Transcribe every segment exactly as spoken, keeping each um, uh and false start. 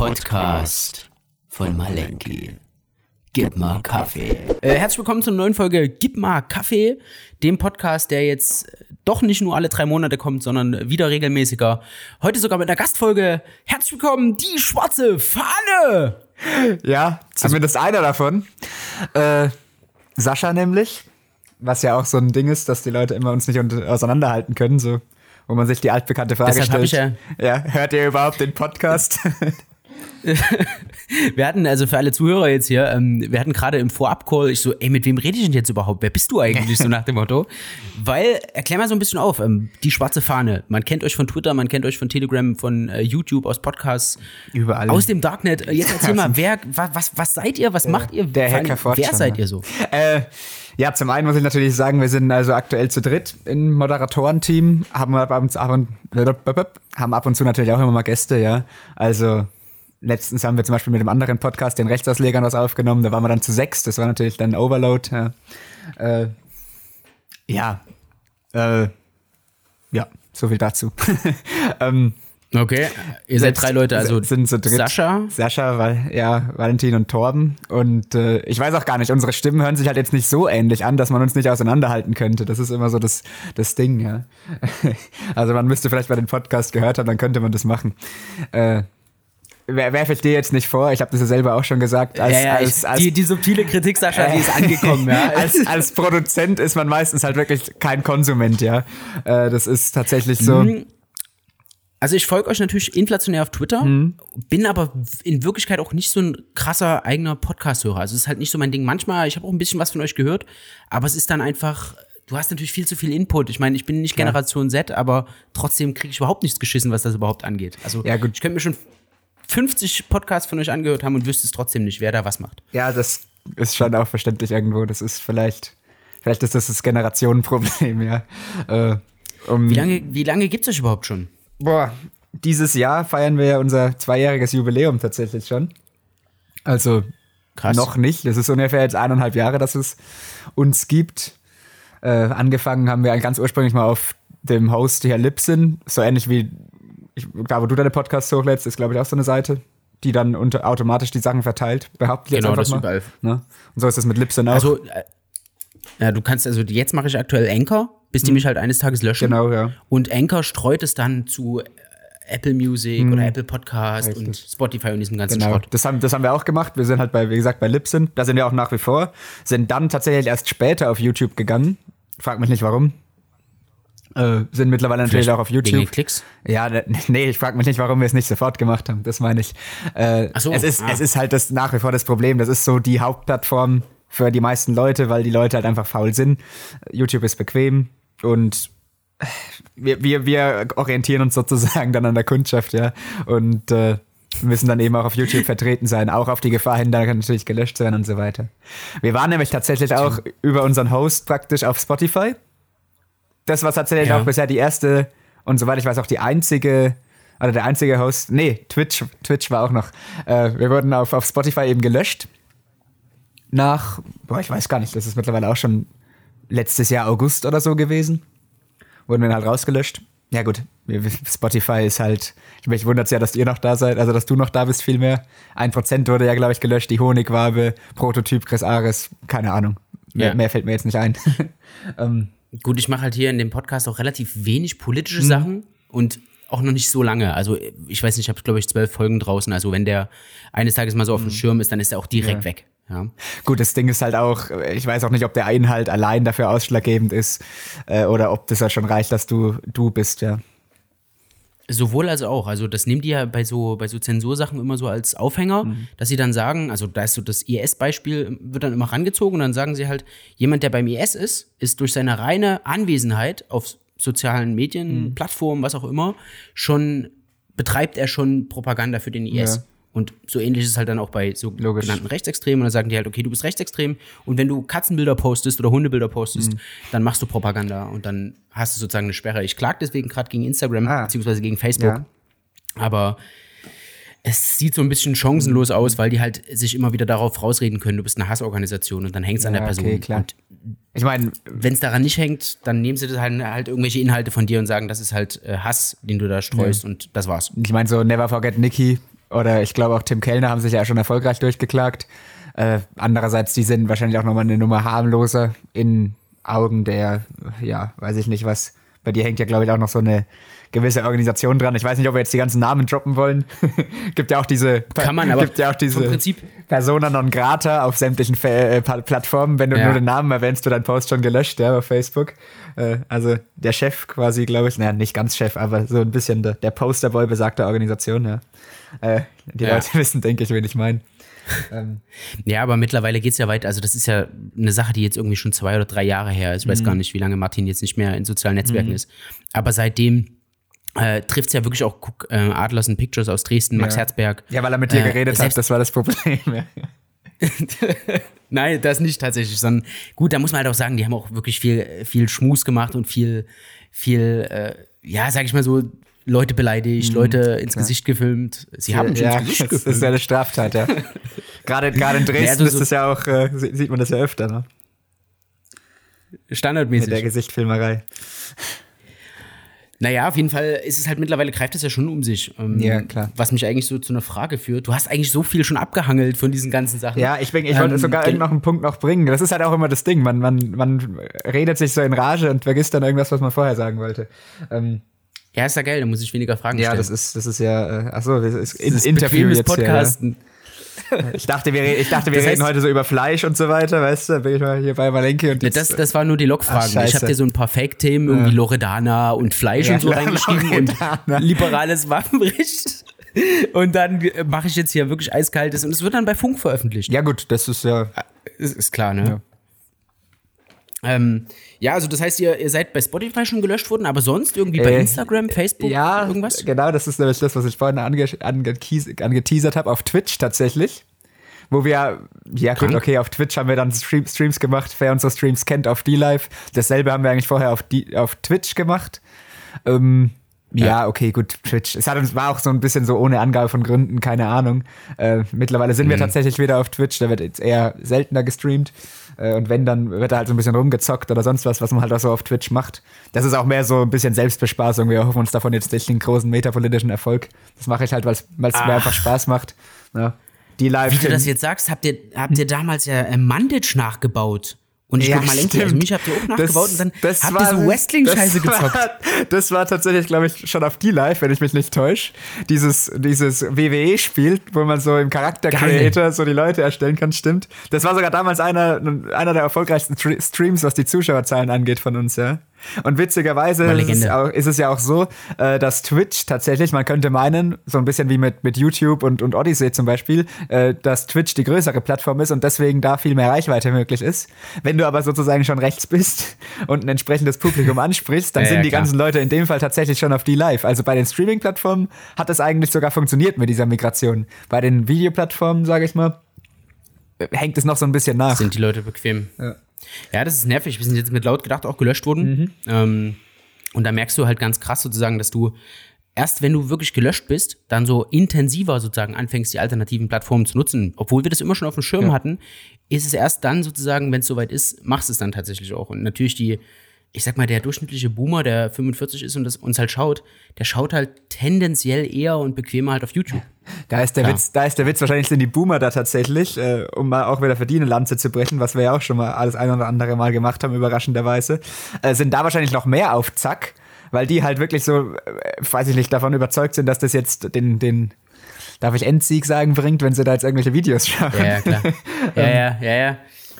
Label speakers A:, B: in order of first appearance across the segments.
A: Podcast von Malenki. Gib mal Kaffee. Äh, herzlich willkommen zur neuen Folge Gib mal Kaffee, dem Podcast, der jetzt doch nicht nur alle drei Monate kommt, sondern wieder regelmäßiger. Heute sogar mit einer Gastfolge. Herzlich willkommen, die schwarze Fahne.
B: Ja, zumindest also, einer davon. Äh, Sascha nämlich, was ja auch so ein Ding ist, dass die Leute immer uns nicht auseinanderhalten können, so, wo man sich die altbekannte Frage
A: deshalb
B: stellt.
A: Ich ja,
B: ja, hört ihr überhaupt den Podcast?
A: Wir hatten, also für alle Zuhörer jetzt hier, ähm, wir hatten gerade im Vorab-Call, ich so, ey, mit wem rede ich denn jetzt überhaupt? Wer bist du eigentlich? So nach dem Motto. Weil, erklär mal so ein bisschen auf, ähm, die schwarze Fahne. Man kennt euch von Twitter, man kennt euch von Telegram, von äh, YouTube, aus Podcasts.
B: Überall.
A: Aus dem Darknet. Jetzt erzähl mal, wer, was, was, was seid ihr? Was äh, macht ihr?
B: Der Hacker
A: Wer schon, seid ihr so?
B: Äh, ja, zum einen muss ich natürlich sagen, wir sind also aktuell zu dritt im Moderatorenteam, haben ab und, ab und, haben ab und zu natürlich auch immer mal Gäste, ja. Also, letztens haben wir zum Beispiel mit einem anderen Podcast, den Rechtsauslegern, was aufgenommen. Da waren wir dann zu sechs. Das war natürlich dann Overload. Ja, äh, ja, äh, ja, so viel dazu. ähm,
A: okay, ihr seid drei Leute, also
B: sind zu dritt.
A: Sascha?
B: Sascha, weil, ja, Valentin und Torben. Und äh, ich weiß auch gar nicht, unsere Stimmen hören sich halt jetzt nicht so ähnlich an, dass man uns nicht auseinanderhalten könnte. Das ist immer so das, das Ding, ja. Also man müsste vielleicht mal den Podcast gehört haben, dann könnte man das machen. Äh, Werfe ich dir jetzt nicht vor, ich habe das ja selber auch schon gesagt. Als,
A: ja, ja,
B: als, als,
A: die, die subtile Kritik, Sascha, die ist angekommen. Ja.
B: als, als Produzent ist man meistens halt wirklich kein Konsument, ja. Äh, das ist tatsächlich so.
A: Also ich folge euch natürlich inflationär auf Twitter, mhm. bin aber in Wirklichkeit auch nicht so ein krasser eigener Podcast-Hörer. Also es ist halt nicht so mein Ding. Manchmal, ich habe auch ein bisschen was von euch gehört, aber es ist dann einfach, du hast natürlich viel zu viel Input. Ich meine, ich bin nicht Generation ja. Z, aber trotzdem kriege ich überhaupt nichts geschissen, was das überhaupt angeht. Also
B: ja, gut.
A: Ich könnte mir schon fünfzig Podcasts von euch angehört haben und wüsste es trotzdem nicht, wer da was macht.
B: Ja, das ist schon auch verständlich irgendwo. Das ist vielleicht, vielleicht ist das das Generationenproblem, ja. Äh, um,
A: wie lange, wie lange gibt's euch überhaupt schon?
B: Boah, dieses Jahr feiern wir ja unser zweijähriges Jubiläum tatsächlich schon. Also krass. Noch nicht. Das ist ungefähr jetzt eineinhalb Jahre, dass es uns gibt. Äh, angefangen haben wir ganz ursprünglich mal auf dem Host hier Libsyn, so ähnlich wie Ich, da, wo du deine Podcasts hochlädst, ist, glaube ich, auch so eine Seite, die dann unter, automatisch die Sachen verteilt, behauptet
A: genau,
B: jetzt einfach
A: das
B: mal.
A: Überall.
B: Ne? Und so ist es mit Libsyn auch.
A: Also, äh, ja, du kannst, also jetzt mache ich aktuell Anchor, bis die hm. mich halt eines Tages löschen.
B: Genau, ja.
A: Und Anchor streut es dann zu äh, Apple Music hm. oder Apple Podcast
B: Richtig.
A: und Spotify und diesem ganzen
B: genau.
A: Schrott.
B: Das haben, das haben wir auch gemacht. Wir sind halt bei, wie gesagt, bei Libsyn. Da sind wir auch nach wie vor. Sind dann tatsächlich erst später auf YouTube gegangen. Frag mich nicht, warum. Äh, sind mittlerweile natürlich
A: Vielleicht
B: auch auf YouTube.
A: Wegen Klicks?
B: Ja, nee, ich frage mich nicht, warum wir es nicht sofort gemacht haben. Das meine ich. Äh,
A: Ach so,
B: es ist,
A: ah.
B: es ist halt das nach wie vor das Problem. Das ist so die Hauptplattform für die meisten Leute, weil die Leute halt einfach faul sind. YouTube ist bequem und wir, wir, wir orientieren uns sozusagen dann an der Kundschaft, ja. Und äh, müssen dann eben auch auf YouTube vertreten sein, auch auf die Gefahr hin, da kann natürlich gelöscht sein und so weiter. Wir waren nämlich tatsächlich auch über unseren Host praktisch auf Spotify. Das war tatsächlich ja. auch bisher die erste und soweit ich weiß auch die einzige, oder der einzige Host, nee, Twitch, Twitch war auch noch. Äh, wir wurden auf, auf Spotify eben gelöscht. Nach, boah, ich weiß gar nicht, das ist mittlerweile auch schon letztes Jahr August oder so gewesen. Wurden wir halt rausgelöscht. Ja gut, Spotify ist halt, mich wundert es ja, dass ihr noch da seid, also dass du noch da bist vielmehr. Ein Prozent wurde ja, glaube ich, gelöscht, die Honigwabe, Prototyp, Chris Ares, keine Ahnung. Mehr, ja. mehr fällt mir jetzt nicht ein. ähm,
A: Gut, ich mache halt hier in dem Podcast auch relativ wenig politische mhm. Sachen und auch noch nicht so lange. Also ich weiß nicht, ich habe, glaube ich, zwölf Folgen draußen. Also wenn der eines Tages mal so auf dem Schirm ist, dann ist er auch direkt ja. weg. Ja.
B: Gut, das Ding ist halt auch, ich weiß auch nicht, ob der Inhalt allein dafür ausschlaggebend ist äh, oder ob das ja schon reicht, dass du du bist, ja.
A: Sowohl als auch. Also das nehmen die ja bei so, bei so Zensursachen immer so als Aufhänger, mhm. dass sie dann sagen, also da ist so das I S-Beispiel, wird dann immer rangezogen und dann sagen sie halt, jemand, der beim I S ist, ist durch seine reine Anwesenheit auf sozialen Medien, mhm. Plattformen, was auch immer, schon, betreibt er schon Propaganda für den I S. Ja. Und so ähnlich ist es halt dann auch bei so
B: Logisch.
A: genannten Rechtsextremen. Und dann sagen die halt, okay, du bist rechtsextrem. Und wenn du Katzenbilder postest oder Hundebilder postest, mhm. dann machst du Propaganda. Und dann hast du sozusagen eine Sperre. Ich klage deswegen gerade gegen Instagram, ah. beziehungsweise gegen Facebook. Ja. Aber es sieht so ein bisschen chancenlos mhm. aus, weil die halt sich immer wieder darauf rausreden können, du bist eine Hassorganisation und dann hängt es ja, an der Person.
B: Okay, klar.
A: Und
B: ich meine,
A: wenn es daran nicht hängt, dann nehmen sie das halt, halt irgendwelche Inhalte von dir und sagen, das ist halt äh, Hass, den du da streust ja. und das war's.
B: Ich meine, so Never Forget Nikki oder ich glaube auch Tim Kellner haben sich ja schon erfolgreich durchgeklagt. Äh, andererseits, die sind wahrscheinlich auch nochmal eine Nummer harmloser in Augen der, ja, weiß ich nicht was. Bei dir hängt ja, glaube ich, auch noch so eine gewisse Organisation dran. Ich weiß nicht, ob wir jetzt die ganzen Namen droppen wollen. Gibt ja auch diese,
A: Kann man, aber
B: gibt ja auch diese
A: vom Prinzip
B: Persona non grata auf sämtlichen Fa- äh, Plattformen. Wenn du
A: ja.
B: nur den Namen erwähnst, wird dein Post schon gelöscht, ja, auf Facebook. Äh, also der Chef quasi, glaube ich, naja, nicht ganz Chef, aber so ein bisschen der, der Posterboy besagter Organisation, ja. Äh, die
A: ja.
B: Leute wissen, denke ich, wen ich meine. ähm.
A: Ja, aber mittlerweile geht es ja weit. Also das ist ja eine Sache, die jetzt irgendwie schon zwei oder drei Jahre her ist. Ich weiß
B: Mhm.
A: gar nicht, wie lange Martin jetzt nicht mehr in sozialen Netzwerken
B: Mhm.
A: ist. Aber seitdem äh, trifft es ja wirklich auch guck, äh, Adlers and Pictures aus Dresden, Max
B: ja.
A: Herzberg.
B: Ja, weil er mit dir
A: Äh,
B: geredet
A: selbst-
B: hat, das war das Problem. Ja.
A: Nein, das nicht tatsächlich, sondern gut, da muss man halt auch sagen, die haben auch wirklich viel, viel Schmus gemacht und viel, viel, äh, ja, sag ich mal so, Leute beleidigt, Leute ins
B: ja.
A: Gesicht gefilmt. Sie haben schon
B: ja,
A: ins Gesicht
B: das
A: gefilmt.
B: ist ja eine Straftat, ja. Gerade, gerade in Dresden
A: Ja, also
B: ist
A: so-
B: das ja auch, äh, sieht man das ja öfter, ne? Mit
A: Standardmäßig.
B: der Gesichtfilmerei.
A: Naja, auf jeden Fall ist es halt mittlerweile, greift es ja schon um sich. Ähm,
B: Ja, klar.
A: Was mich eigentlich so zu einer Frage führt. Du hast eigentlich so viel schon abgehangelt von diesen ganzen Sachen.
B: Ja, ich, bin, ich wollte
A: Ähm,
B: sogar
A: gen-
B: irgend noch einen Punkt noch bringen. Das ist halt auch immer das Ding. Man, man, man redet sich so in Rage und vergisst dann irgendwas, was man vorher sagen wollte. Ähm,
A: Ja, ist ja geil, da muss ich weniger Fragen
B: ja,
A: stellen.
B: das ist, das ist ja, äh, achso, das ist, in,
A: das ist
B: Interview
A: bequemes
B: jetzt
A: Podcasten.
B: hier. Ja. Ich dachte, wir, re- ich dachte, wir
A: Das heißt-
B: reden heute so über Fleisch und so weiter, weißt du? Da bin ich mal hier bei Malenki und
A: Ne,
B: jetzt,
A: das, das war nur die Logfragen.
B: Ach,
A: Ich
B: scheiße.
A: habe dir so ein paar Fake-Themen, irgendwie Loredana und Fleisch
B: Ja,
A: und so reingeschrieben
B: Loredana.
A: und liberales Waffenrecht. Und dann mache ich jetzt hier wirklich eiskaltes und es wird dann bei Funk veröffentlicht.
B: ja gut, das ist ja,
A: Ist, ist klar, ne? Ja. Ähm, ja, also das heißt, ihr, ihr seid bei Spotify schon gelöscht worden, aber sonst irgendwie bei
B: Äh,
A: Instagram, Facebook,
B: ja,
A: irgendwas?
B: genau, das ist nämlich das, was ich vorhin ange, ange, angeteasert habe, auf Twitch tatsächlich. Wo wir, ja gut,
A: Krank.
B: okay, auf Twitch haben wir dann Stream, Streams gemacht, wer unsere Streams kennt, auf D-Live. Dasselbe haben wir eigentlich vorher auf, die, auf Twitch gemacht. Ähm, ja. ja, okay, gut, Twitch. Es hat uns, war auch so ein bisschen so ohne Angabe von Gründen, keine Ahnung. Äh, mittlerweile sind wir
A: Mhm.
B: tatsächlich wieder auf Twitch, da wird jetzt eher seltener gestreamt. Äh, und wenn, dann wird da halt so ein bisschen rumgezockt oder sonst was, was man halt auch so auf Twitch macht. Das ist auch mehr so ein bisschen Selbstbespaßung. Wir hoffen uns davon jetzt nicht den großen metapolitischen Erfolg. Das mache ich halt, weil es mir einfach Spaß macht. Ja. Die Live
A: Wie du das jetzt sagst, habt ihr, habt ihr damals ja äh, Mandage nachgebaut. Und ich
B: Ja,
A: glaube, Malenki, also
B: stimmt.
A: mich habt ihr auch nachgebaut und dann
B: das
A: habt
B: war-
A: ihr so Wrestling-Scheiße
B: das
A: gezockt.
B: War, das war tatsächlich, glaube ich, schon auf D-Live, wenn ich mich nicht täusche. Dieses, dieses W W E-Spiel, wo man so im Charakter-Creator so die Leute erstellen kann, stimmt. Das war sogar damals einer, einer der erfolgreichsten Tr- Streams, was die Zuschauerzahlen angeht von uns, ja. Und witzigerweise
A: War
B: ist es,
A: Legende.
B: auch, ist es ja auch so, äh, dass Twitch tatsächlich, man könnte meinen, so ein bisschen wie mit, mit YouTube und, und Odyssey zum Beispiel, äh, dass Twitch die größere Plattform ist und deswegen da viel mehr Reichweite möglich ist. Wenn du aber sozusagen schon rechts bist und ein entsprechendes Publikum ansprichst, dann
A: Ja,
B: sind
A: ja,
B: die
A: klar.
B: ganzen Leute in dem Fall tatsächlich schon auf die Live. Also bei den Streaming-Plattformen hat es eigentlich sogar funktioniert mit dieser Migration. Bei den Videoplattformen, sage ich mal, äh, hängt es noch so ein bisschen nach.
A: Sind die Leute bequem.
B: Ja.
A: Ja, das ist nervig. Wir sind jetzt mit laut gedacht auch gelöscht worden.
B: Mhm.
A: Ähm, und da merkst du halt ganz krass sozusagen, dass du erst, wenn du wirklich gelöscht bist, dann so intensiver sozusagen anfängst, die alternativen Plattformen zu nutzen. Obwohl wir das immer schon auf dem Schirm
B: Ja.
A: hatten, ist es erst dann sozusagen, wenn es soweit ist, machst du es dann tatsächlich auch. Und natürlich die, ich sag mal, der durchschnittliche Boomer, der fünfundvierzig ist und das uns halt schaut, der schaut halt tendenziell eher und bequemer halt auf YouTube.
B: Da ist der
A: Klar.
B: Witz, da ist der Witz, wahrscheinlich sind die Boomer da tatsächlich, äh, um mal auch wieder für die eine Lanze zu brechen, was wir ja auch schon mal alles ein oder andere Mal gemacht haben, überraschenderweise, äh, sind da wahrscheinlich noch mehr auf Zack, weil die halt wirklich so, äh, weiß ich nicht, davon überzeugt sind, dass das jetzt den, den, darf ich Endsieg sagen, bringt, wenn sie da jetzt irgendwelche Videos schauen.
A: Ja, ja, klar. ja, ja, ja, ja.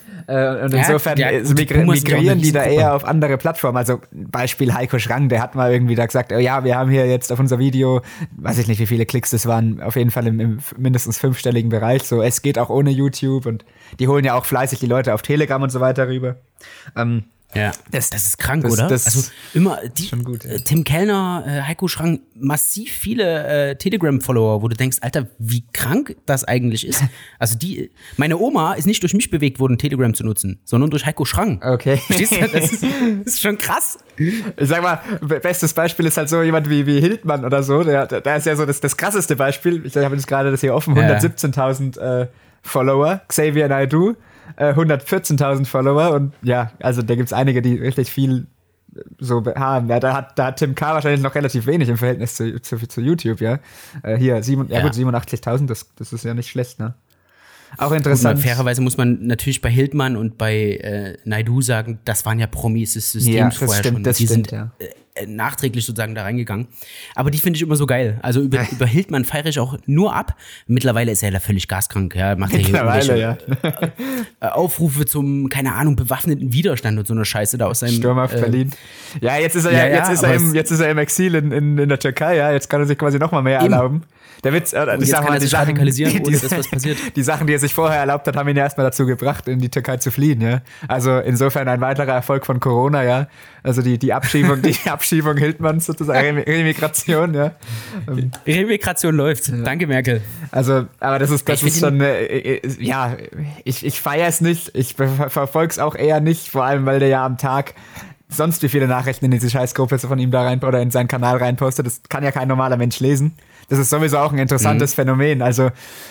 B: Äh, und
A: Ja,
B: insofern
A: ja,
B: äh,
A: gut, die
B: migri-
A: Pumas sind auch eine
B: migrieren die da
A: Riesengruppe.
B: eher auf andere Plattformen. Also Beispiel Heiko Schrang, der hat mal irgendwie da gesagt, oh ja, wir haben hier jetzt auf unser Video, weiß ich nicht, wie viele Klicks das waren, auf jeden Fall im, im mindestens fünfstelligen Bereich. So, es geht auch ohne YouTube und die holen ja auch fleißig die Leute auf Telegram und so weiter rüber. Ähm,
A: Ja, das, das ist krank,
B: das-
A: oder?
B: das-
A: also immer die,
B: schon gut, ja.
A: äh, Tim Kellner, äh, Heiko Schrang, massiv viele äh, Telegram-Follower, wo du denkst, Alter, wie krank das eigentlich ist. Also die, meine Oma ist nicht durch mich bewegt worden, Telegram zu nutzen, sondern durch Heiko Schrang.
B: okay.
A: Verstehst du? Das ist, das ist schon krass.
B: Ich sag mal, be- bestes Beispiel ist halt so jemand wie, wie Hildmann oder so. Der, der, der ist ja so das, das krasseste Beispiel. Ich habe jetzt gerade das hier offen,
A: Ja.
B: hundertsiebzehntausend äh, Follower. Xavier Naidoo, äh, hundertvierzehntausend Follower. Und ja, also da gibt's einige, die richtig viel so haben. Ja, da hat, da hat Tim K. wahrscheinlich noch relativ wenig im Verhältnis zu, zu, zu YouTube, ja. Äh, hier, sieben, ja. ja gut, siebenundachtzigtausend, das, das ist ja nicht schlecht, ne? Auch interessant.
A: Gut, fairerweise muss man natürlich bei Hildmann und bei äh, Naidu sagen, das waren ja Promis des Systems
B: ja, das
A: vorher
B: stimmt,
A: schon.
B: Das
A: die
B: stimmt,
A: sind
B: ja.
A: äh, nachträglich sozusagen da reingegangen. Aber die finde ich immer so geil. Also über, über Hildmann feiere ich auch nur ab. Mittlerweile ist er da völlig gaskrank. Ja, macht er hier irgendwelche
B: ja.
A: äh, Aufrufe zum, keine Ahnung, bewaffneten Widerstand und so eine Scheiße da aus seinem
B: Sturm auf äh, Berlin. Ja, jetzt ist er ja, ja, jetzt, ja, ist er im, jetzt ist er im Exil in, in, in der Türkei. Ja, jetzt kann er sich quasi noch mal mehr eben. erlauben. Der Witz, äh,
A: und
B: ich
A: jetzt
B: sag
A: kann
B: mal,
A: er sich
B: die Sachen,
A: radikalisieren, ohne
B: die,
A: dass was passiert.
B: Die Sachen, die er sich vorher erlaubt hat, haben ihn ja erstmal dazu gebracht, in die Türkei zu fliehen, ja. Also insofern ein weiterer Erfolg von Corona, ja. Also die, die Abschiebung, die Abschiebung Hildmanns sozusagen, Remigration, ja.
A: Remigration läuft. Ja. Danke, Merkel.
B: Also, aber das ist, das ist schon, äh, ja, ich, ich feiere es nicht, ich verfolge es auch eher nicht, vor allem, weil der ja am Tag sonst wie viele Nachrichten in diese Scheißgruppe von ihm da rein oder in seinen Kanal reinpostet. Das kann ja kein normaler Mensch lesen. Das ist sowieso auch ein interessantes mhm. Phänomen. Also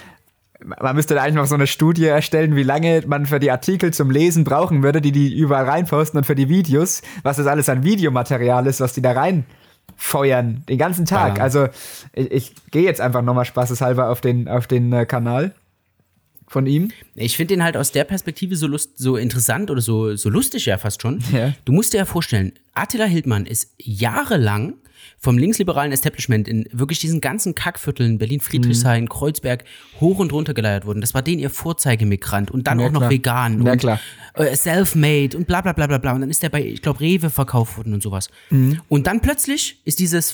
B: man müsste da eigentlich noch so eine Studie erstellen, wie lange man für die Artikel zum Lesen brauchen würde, die die überall reinposten und für die Videos, was das alles an Videomaterial ist, was die da reinfeuern, den ganzen Tag. Ja. Also ich, ich gehe jetzt einfach nochmal spaßeshalber auf den, auf den äh, Kanal von ihm.
A: Ich finde den halt aus der Perspektive so, lust, so interessant oder so, so lustig ja fast schon. Ja. Du musst dir ja vorstellen, Attila Hildmann ist jahrelang vom linksliberalen Establishment in wirklich diesen ganzen Kackvierteln, Berlin-Friedrichshain, mhm. Kreuzberg, hoch und runter geleiert worden. Das war denen ihr Vorzeigemigrant und dann ja, auch noch klar. vegan
B: ja,
A: und
B: klar.
A: Äh, self-made und bla bla bla bla bla. Und dann ist der bei, ich glaube, Rewe verkauft worden und sowas. Mhm. Und dann plötzlich ist dieses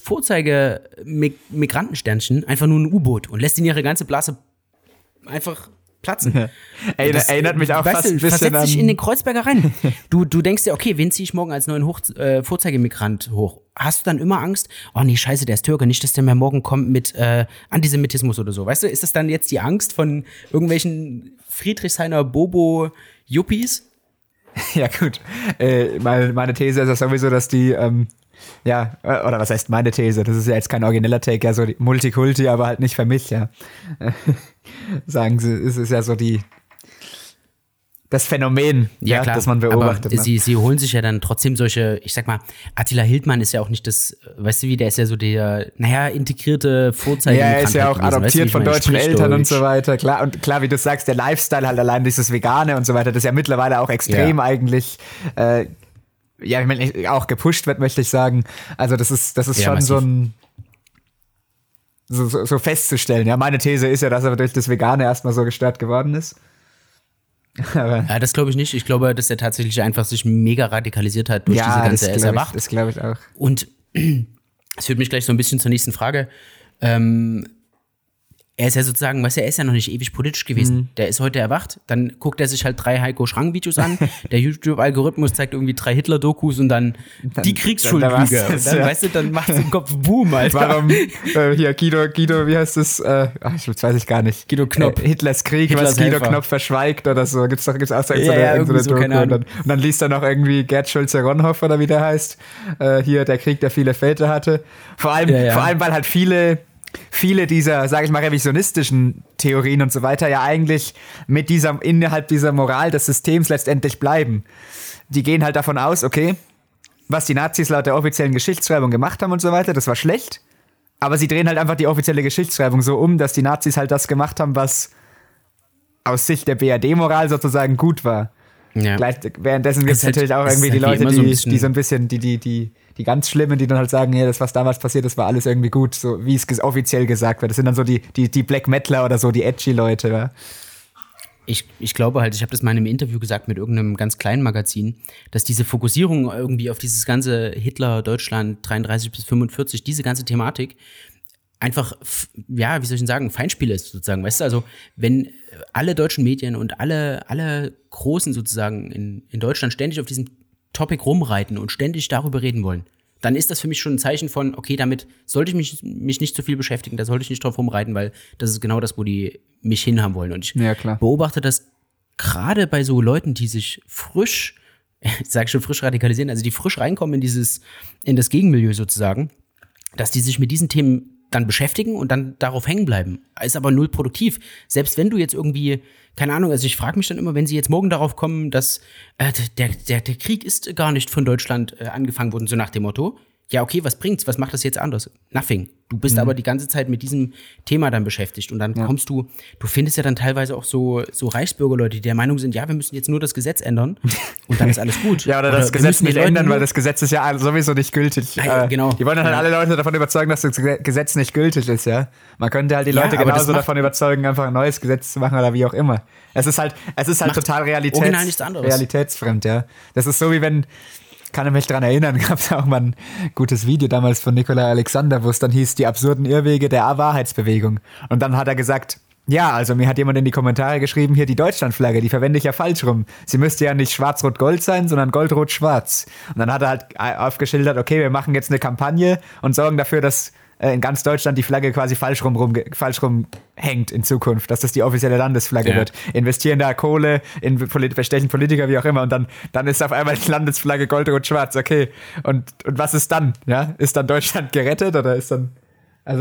A: Vorzeige-Migrantensternchen einfach nur ein U-Boot und lässt ihn ihre ganze Blase einfach platzen.
B: Ja. Ey, das erinnert mich auch
A: weißt
B: fast
A: du,
B: ein bisschen
A: versetz
B: an...
A: dich in den Kreuzberger rein. Du, du denkst dir, okay, wen ziehe ich morgen als neuen Hoch, äh, Vorzeigemigrant hoch? Hast du dann immer Angst? Oh nee, scheiße, der ist Türke, nicht, dass der mir morgen kommt mit äh, Antisemitismus oder so. Weißt du, ist das dann jetzt die Angst von irgendwelchen Friedrichshainer Bobo-Yuppies?
B: Ja gut, äh, meine, meine These ist ja sowieso, dass die... Ähm Ja, oder was heißt meine These? Das ist ja jetzt kein origineller Take, ja, so die Multikulti, aber halt nicht für mich, ja. Sagen sie, es ist ja so die, das Phänomen,
A: ja,
B: ja,
A: klar,
B: das man beobachtet.
A: Aber ne? sie, sie holen sich ja dann trotzdem solche, ich sag mal, Attila Hildmann ist ja auch nicht das, weißt du wie, der ist ja so der, naja, integrierte Vorzeige.
B: Ja, er ist ja auch gewesen, adoptiert weißt du, von deutschen Eltern Deutsch. Und so weiter, klar. Und klar, wie du sagst, der Lifestyle halt allein dieses Vegane und so weiter, das ist ja mittlerweile auch extrem ja. eigentlich, äh, ja, ich meine, auch gepusht wird, möchte ich sagen. Also das ist, das ist ja, schon massiv. so ein so, so, so festzustellen. Ja, meine These ist ja, dass er durch das Vegane erstmal so gestört geworden ist.
A: Aber ja, das glaube ich nicht. Ich glaube, dass er tatsächlich einfach sich mega radikalisiert hat durch
B: ja,
A: diese ganze, er ist
B: erwacht. Das glaube ich auch.
A: Und das führt mich gleich so ein bisschen zur nächsten Frage. Ähm, Er ist ja sozusagen, weißt du, er ist ja noch nicht ewig politisch gewesen. Mhm. Der ist heute erwacht, dann guckt er sich halt drei Heiko Schrang-Videos an. Der YouTube-Algorithmus zeigt irgendwie drei Hitler-Dokus und dann, dann die Kriegsschuldlüge. Und dann, ja. weißt du, dann macht es im Kopf Boom, Alter.
B: Warum, äh, hier, Guido, Guido, wie heißt das? Äh, ach, ich weiß ich gar nicht.
A: Guido Knopp.
B: Äh, Hitlers Krieg,
A: Hitlers
B: was Guido
A: Helfer.
B: Knopp verschweigt oder so. Gibt's doch, gibt's auch so
A: ja,
B: eine,
A: ja,
B: so eine
A: so,
B: Doku.
A: keine
B: und, dann, und dann liest er noch irgendwie Gerd Schulze-Ronhoff oder wie der heißt. Äh, hier, der Krieg, der viele Väter hatte. Vor allem, ja, ja. vor allem, weil halt viele, viele dieser, sage ich mal, revisionistischen Theorien und so weiter ja eigentlich mit dieser, innerhalb dieser Moral des Systems letztendlich bleiben. Die gehen halt davon aus, okay, was die Nazis laut der offiziellen Geschichtsschreibung gemacht haben und so weiter, das war schlecht, aber sie drehen halt einfach die offizielle Geschichtsschreibung so um, dass die Nazis halt das gemacht haben, was aus Sicht der B R D-Moral sozusagen gut war. Ja. Gleich, währenddessen gibt es halt, natürlich auch irgendwie die Leute, die, so die so ein bisschen, die, die, die, die ganz Schlimmen, die dann halt sagen, ja, das, was damals passiert ist, war alles irgendwie gut, so wie es offiziell gesagt wird. Das sind dann so die, die, die Black Metaler oder so, die edgy Leute, ja.
A: Ich, ich glaube halt, ich habe das mal in einem Interview gesagt mit irgendeinem ganz kleinen Magazin, dass diese Fokussierung irgendwie auf dieses ganze Hitler, Deutschland, dreiunddreißig bis fünfundvierzig, diese ganze Thematik einfach, ja, wie soll ich denn sagen, Feinspiel ist sozusagen, weißt du, also wenn alle deutschen Medien und alle, alle Großen sozusagen in, in Deutschland ständig auf diesem Topic rumreiten und ständig darüber reden wollen, dann ist das für mich schon ein Zeichen von, okay, damit sollte ich mich, mich nicht zu viel beschäftigen, da sollte ich nicht drauf rumreiten, weil das ist genau das, wo die mich hinhaben wollen. Und ich
B: ja, klar.
A: beobachte das gerade bei so Leuten, die sich frisch, ich sage schon frisch radikalisieren, also die frisch reinkommen in dieses, in das Gegenmilieu sozusagen, dass die sich mit diesen Themen dann beschäftigen und dann darauf hängen bleiben. Ist aber null produktiv. Selbst wenn du jetzt irgendwie, keine Ahnung, also ich frage mich dann immer, wenn sie jetzt morgen darauf kommen, dass äh, der, der, der Krieg ist gar nicht von Deutschland äh, angefangen worden, so nach dem Motto, ja, okay, was bringt's? Was macht das jetzt anders? Nothing. Du bist mhm. aber die ganze Zeit mit diesem Thema dann beschäftigt. Und dann ja. kommst du, du findest ja dann teilweise auch so, so Reichsbürgerleute, die der Meinung sind, ja, wir müssen jetzt nur das Gesetz ändern und dann ist alles gut.
B: ja, oder, oder das Gesetz nicht ändern, weil das Gesetz ist ja sowieso nicht gültig.
A: Ja, äh, genau.
B: Die wollen dann halt
A: ja.
B: alle Leute davon überzeugen, dass das Gesetz nicht gültig ist, ja. Man könnte halt die Leute ja, genauso davon überzeugen, einfach ein neues Gesetz zu machen oder wie auch immer. Es ist halt, es ist halt total Realitäts, realitätsfremd, ja. Das ist so, wie wenn, kann ich mich dran erinnern, gab es auch mal ein gutes Video damals von Nikolai Alexander, wo es dann hieß, die absurden Irrwege der Wahrheitsbewegung. Und dann hat er gesagt, ja, also mir hat jemand in die Kommentare geschrieben, hier die Deutschlandflagge, die verwende ich ja falsch rum. Sie müsste ja nicht schwarz-rot-gold sein, sondern gold-rot-schwarz. Und dann hat er halt aufgeschildert, okay, wir machen jetzt eine Kampagne und sorgen dafür, dass in ganz Deutschland die Flagge quasi falsch rum, rum, falsch rum hängt in Zukunft, dass das die offizielle Landesflagge ja. wird. Investieren da Kohle in Polit- bestechen Politiker, wie auch immer, und dann, dann ist auf einmal die Landesflagge gold-rot-schwarz, okay. Und, und was ist dann? Ja? Ist dann Deutschland gerettet oder ist dann, also,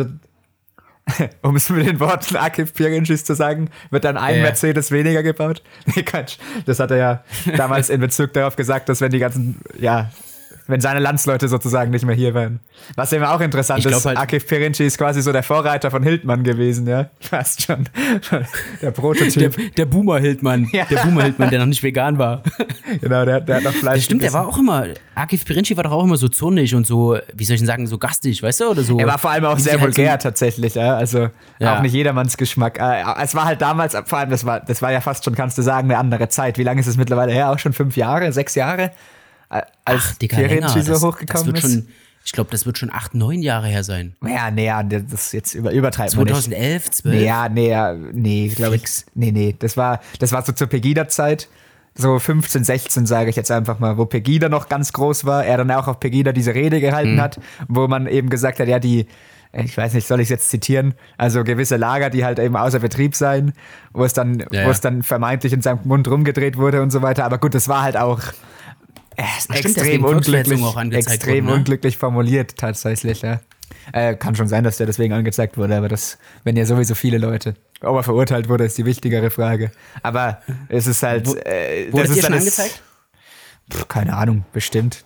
B: um es mit den Worten Akif Pirincis zu sagen, wird dann ein ja. Mercedes weniger gebaut? Nee, Quatsch. Das hat er ja damals in Bezug darauf gesagt, dass wenn die ganzen, ja, wenn seine Landsleute sozusagen nicht mehr hier wären. Was eben auch interessant ist, halt, Akif Pirinci ist quasi so der Vorreiter von Hildmann gewesen, ja. Fast schon. Der Prototyp.
A: Der, der Boomer-Hildmann. Ja. Der Boomer-Hildmann, der noch nicht vegan war.
B: Genau, der, der hat noch Fleisch.
A: Das stimmt, gegessen. Der war auch immer, Akif Pirinci war doch auch immer so zornig und so, wie soll ich denn sagen, so gastig, weißt du, oder so.
B: Er war vor allem auch sehr vulgär halt so tatsächlich, ja. Also ja. auch nicht jedermanns Geschmack. Es war halt damals, vor allem, das war, das war ja fast schon, kannst du sagen, eine andere Zeit. Wie lange ist es mittlerweile her? Auch schon fünf Jahre, sechs Jahre? Als
A: Ach, Digga, Pirinci so das, hochgekommen das wird ist. Schon, ich glaube, das wird schon acht, neun Jahre her sein.
B: Ja, nee, das ist jetzt über, übertreibt
A: zwanzig elf, zwölf?
B: Nee, ja, nee, nee, glaube ich. Nee, nee, das war, das war so zur Pegida-Zeit. So fünfzehn, sechzehn, sage ich jetzt einfach mal, wo Pegida noch ganz groß war. Er dann auch auf Pegida diese Rede gehalten mhm. hat, wo man eben gesagt hat, ja, die, ich weiß nicht, soll ich es jetzt zitieren? Also gewisse Lager, die halt eben außer Betrieb seien, wo es dann, ja, wo ja. es dann vermeintlich in seinem Mund rumgedreht wurde und so weiter. Aber gut, das war halt auch Ach, extrem unglücklich, auch extrem wurde, ne? unglücklich formuliert tatsächlich, ja. Äh, kann schon sein, dass der deswegen angezeigt wurde, aber das, wenn ja sowieso viele Leute. Ob er verurteilt wurde, ist die wichtigere Frage. Aber es ist halt. Äh,
A: wurde
B: das
A: dir schon angezeigt?
B: Pff, keine Ahnung, bestimmt.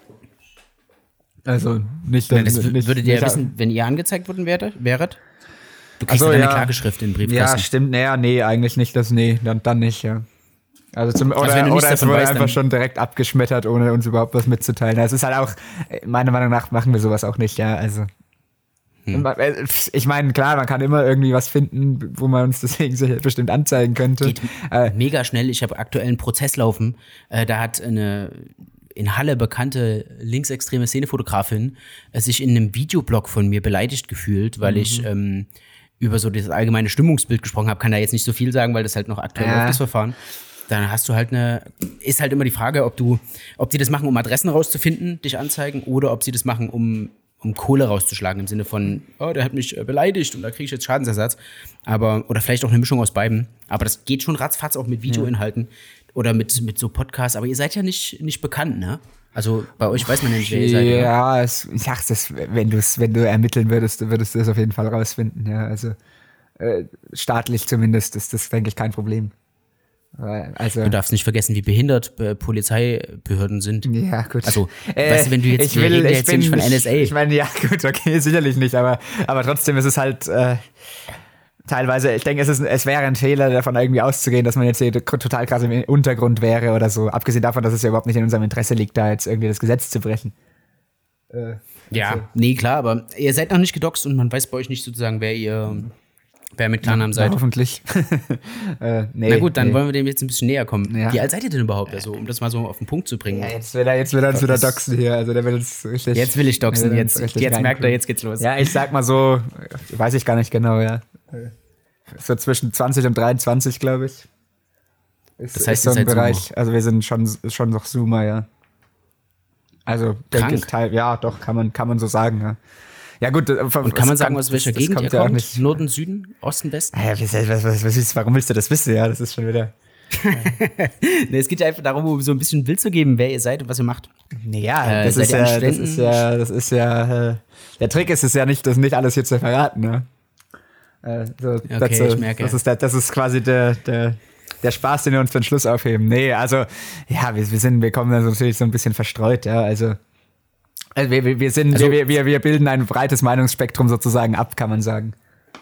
B: Also nicht.
A: Ja, das nicht, würdet ihr ja wissen, wenn ihr angezeigt worden wäret? wäret? Du kriegst so, ja eine ja. Klageschrift in den Briefkasten.
B: Ja, stimmt. Naja, nee, eigentlich nicht. Das, nee, dann, dann nicht, ja. Also zum, oder, also oder es wurde weißt, einfach schon direkt abgeschmettert, ohne uns überhaupt was mitzuteilen. Es ist halt auch, meiner Meinung nach machen wir sowas auch nicht, ja, also. Hm. Ich meine, klar, man kann immer irgendwie was finden, wo man uns deswegen bestimmt anzeigen könnte.
A: Geht äh, mega schnell. Ich habe aktuell einen Prozess laufen. Äh, da hat eine in Halle bekannte linksextreme Szenefotografin äh, sich in einem Videoblog von mir beleidigt gefühlt, weil mhm. ich ähm, über so das allgemeine Stimmungsbild gesprochen habe. Kann da jetzt nicht so viel sagen, weil das halt noch aktuell
B: ja.
A: läuft, das Verfahren. Dann hast du halt eine, ist halt immer die Frage, ob du, ob die das machen, um Adressen rauszufinden, dich anzeigen, oder ob sie das machen, um, um Kohle rauszuschlagen, im Sinne von, oh, der hat mich beleidigt und da kriege ich jetzt Schadensersatz. Aber, oder vielleicht auch eine Mischung aus beiden. Aber das geht schon ratzfatz auch mit Videoinhalten ja. oder mit, mit so Podcasts. Aber ihr seid ja nicht, nicht bekannt, ne? Also bei euch weiß man ja nicht, wer ihr seid.
B: Ja, es, ich sag das, wenn, wenn du ermitteln würdest, würdest du das auf jeden Fall rausfinden. Ja, also äh, staatlich zumindest ist das, denke ich, kein Problem. Also,
A: du darfst nicht vergessen, wie behindert äh, Polizeibehörden sind.
B: Ja, gut.
A: Also, äh, weißt du, wenn du jetzt,
B: ich will,
A: wir
B: ich
A: jetzt
B: bin
A: nicht von N S A.
B: Ich, ich meine, ja, gut, okay, sicherlich nicht, aber, aber trotzdem ist es halt äh, teilweise, ich denke, es, ist, es wäre ein Fehler, davon irgendwie auszugehen, dass man jetzt hier total krass im Untergrund wäre oder so. Abgesehen davon, dass es ja überhaupt nicht in unserem Interesse liegt, da jetzt irgendwie das Gesetz zu brechen.
A: Äh, ja, also. Nee, klar, aber ihr seid noch nicht gedoxt und man weiß bei euch nicht sozusagen, wer ihr wer mit Klarnamen seid.
B: Ja, hoffentlich.
A: äh, nee, Na gut, dann nee. wollen wir dem jetzt ein bisschen näher kommen. Ja. Wie alt seid ihr denn überhaupt, also, um das mal so auf den Punkt zu bringen?
B: Ja, jetzt will er, jetzt will er uns wieder doxen hier. Also der will uns richtig,
A: jetzt will ich doxen, jetzt, jetzt merkt er, jetzt geht's los.
B: Ja, ich sag mal so, weiß ich gar nicht genau, ja. So zwischen zwanzig und dreiundzwanzig, glaube ich. Ist, das heißt, ist so ein Bereich. Zoomer. Also wir sind schon, schon noch Zoomer, ja. Also denke ich, Teil, ja, doch, kann man, kann man so sagen, ja. Ja gut.
A: Und kann man sagen, aus welcher Gegend ihr kommt? Norden, Süden, Osten, Westen?
B: Ja, was, was, was, was, warum willst du das wissen? Ja, das ist schon wieder...
A: nee, es geht ja einfach darum, um so ein bisschen ein Bild zu geben, wer ihr seid und was ihr macht.
B: Naja, äh, das, ist ja, das ist ja, das ist ja, äh, der Trick ist es ja nicht, das nicht alles hier zu verraten, ne? Äh, so,
A: okay,
B: dazu,
A: ich merke.
B: Das ist, der, das ist quasi der, der, der Spaß, den wir uns für den Schluss aufheben. Nee, also, ja, wir, wir sind, wir kommen da natürlich so ein bisschen verstreut, ja, also, also wir, wir sind, also, wir, wir, wir bilden ein breites Meinungsspektrum sozusagen ab, kann man sagen.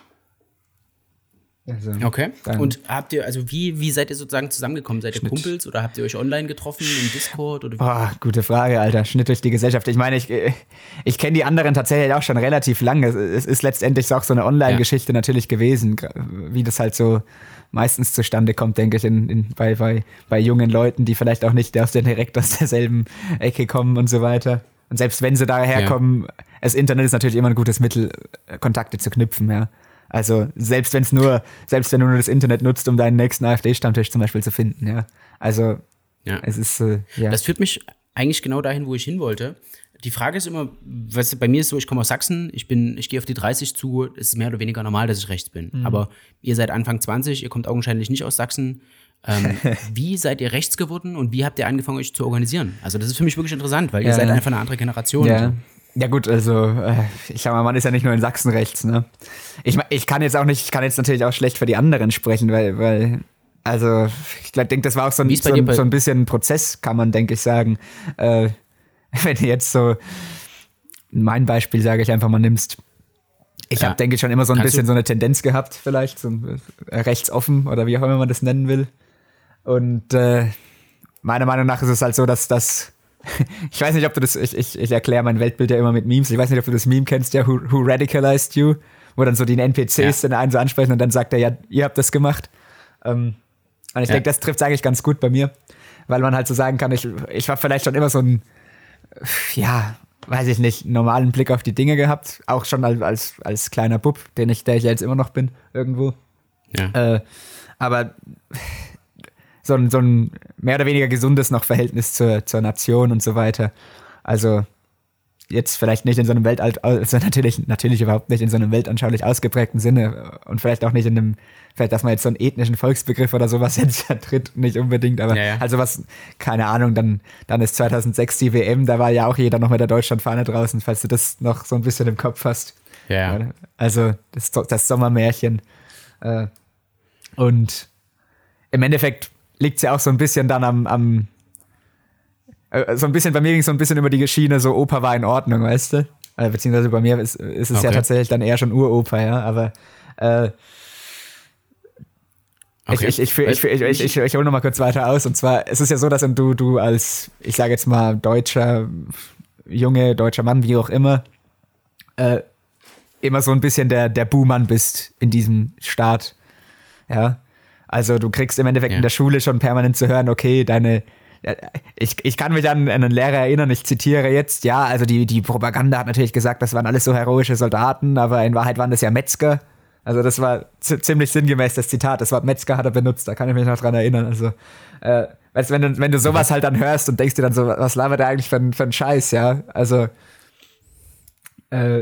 A: Also, okay. Und habt ihr, also wie, wie seid ihr sozusagen zusammengekommen? Seid ihr Schnitt. Kumpels oder habt ihr euch online getroffen im Discord? Oder wie?
B: Boah, gute Frage, Alter. Schnitt durch die Gesellschaft. Ich meine, ich, ich kenne die anderen tatsächlich auch schon relativ lange. Es ist letztendlich auch so eine Online-Geschichte ja. natürlich gewesen, wie das halt so meistens zustande kommt, denke ich, in, in, bei, bei, bei jungen Leuten, die vielleicht auch nicht aus der, direkt aus derselben Ecke kommen und so weiter. Und selbst wenn sie daher kommen, ja. das Internet ist natürlich immer ein gutes Mittel, Kontakte zu knüpfen, ja. Also selbst wenn es nur, selbst wenn du nur das Internet nutzt, um deinen nächsten AfD-Stammtisch zum Beispiel zu finden, ja. Also ja. es ist, äh, ja.
A: Das führt mich eigentlich genau dahin, wo ich hin wollte. Die Frage ist immer, was bei mir ist so, ich komme aus Sachsen, ich bin, ich gehe auf die dreißig zu, es ist mehr oder weniger normal, dass ich rechts bin. Mhm. Aber ihr seid Anfang zwanzig, ihr kommt augenscheinlich nicht aus Sachsen. Ähm, wie seid ihr rechts geworden und wie habt ihr angefangen, euch zu organisieren? Also das ist für mich wirklich interessant, weil ja. ihr seid einfach eine andere Generation.
B: Ja. Ja gut, also ich sag mal, man ist ja nicht nur in Sachsen rechts, ne? Ich, ich kann jetzt auch nicht, ich kann jetzt natürlich auch schlecht für die anderen sprechen, weil, weil also ich denke, das war auch so ein, so, ein, so ein bisschen ein Prozess, kann man, denke ich, sagen. Äh, wenn du jetzt so mein Beispiel, sage ich einfach mal, nimmst. Ich ja. habe, denke ich, schon immer so ein Kannst bisschen so eine Tendenz gehabt, vielleicht, so äh, rechtsoffen oder wie auch immer man das nennen will. Und äh, meiner Meinung nach ist es halt so, dass das ich weiß nicht, ob du das, ich, ich, ich erkläre mein Weltbild ja immer mit Memes. Ich weiß nicht, ob du das Meme kennst, ja, who, who radicalized you? Wo dann so die N P Cs ja. dann einen so ansprechen und dann sagt er, ja, ihr habt das gemacht. Ähm, und ich ja. denke, das trifft es eigentlich ganz gut bei mir, weil man halt so sagen kann, ich, ich habe vielleicht schon immer so einen, ja, weiß ich nicht, normalen Blick auf die Dinge gehabt. Auch schon als, als, als kleiner Bub, den ich, der ich ja jetzt immer noch bin, irgendwo. Ja. Äh, aber so ein, so ein mehr oder weniger gesundes noch Verhältnis zur, zur Nation und so weiter. Also jetzt vielleicht nicht in so einem Weltalt, also natürlich, natürlich überhaupt nicht in so einem weltanschaulich ausgeprägten Sinne und vielleicht auch nicht in einem, vielleicht, dass man jetzt so einen ethnischen Volksbegriff oder sowas jetzt vertritt, nicht unbedingt, aber ja, ja. also was, keine Ahnung, dann, dann ist zweitausendsechs die W M, da war ja auch jeder noch mit der Deutschlandfahne draußen, falls du das noch so ein bisschen im Kopf hast.
A: Ja.
B: Also das, das Sommermärchen. Und im Endeffekt liegt es ja auch so ein bisschen dann am, am äh, so ein bisschen, bei mir ging es so ein bisschen über die Schiene, so Opa war in Ordnung, weißt du? Äh, beziehungsweise bei mir ist, ist es okay. ja tatsächlich dann eher schon Uropa, ja, aber äh, okay. ich, ich, ich, ich, ich, ich, ich, ich hole noch mal kurz weiter aus, und zwar, es ist ja so, dass du, du als, ich sage jetzt mal, deutscher, Junge, deutscher Mann, wie auch immer, äh, immer so ein bisschen der, der Buhmann bist in diesem Staat, ja. Also du kriegst im Endeffekt ja. in der Schule schon permanent zu hören, okay, deine, ich, ich kann mich an einen Lehrer erinnern, ich zitiere jetzt, ja, also die, die Propaganda hat natürlich gesagt, das waren alles so heroische Soldaten, aber in Wahrheit waren das ja Metzger. Also das war z- ziemlich sinngemäß das Zitat, das Wort Metzger hat er benutzt, da kann ich mich noch dran erinnern. Also, äh, weißt du, wenn du, wenn du sowas halt dann hörst und denkst dir dann so, was labert der eigentlich für, für einen Scheiß, ja, also, äh,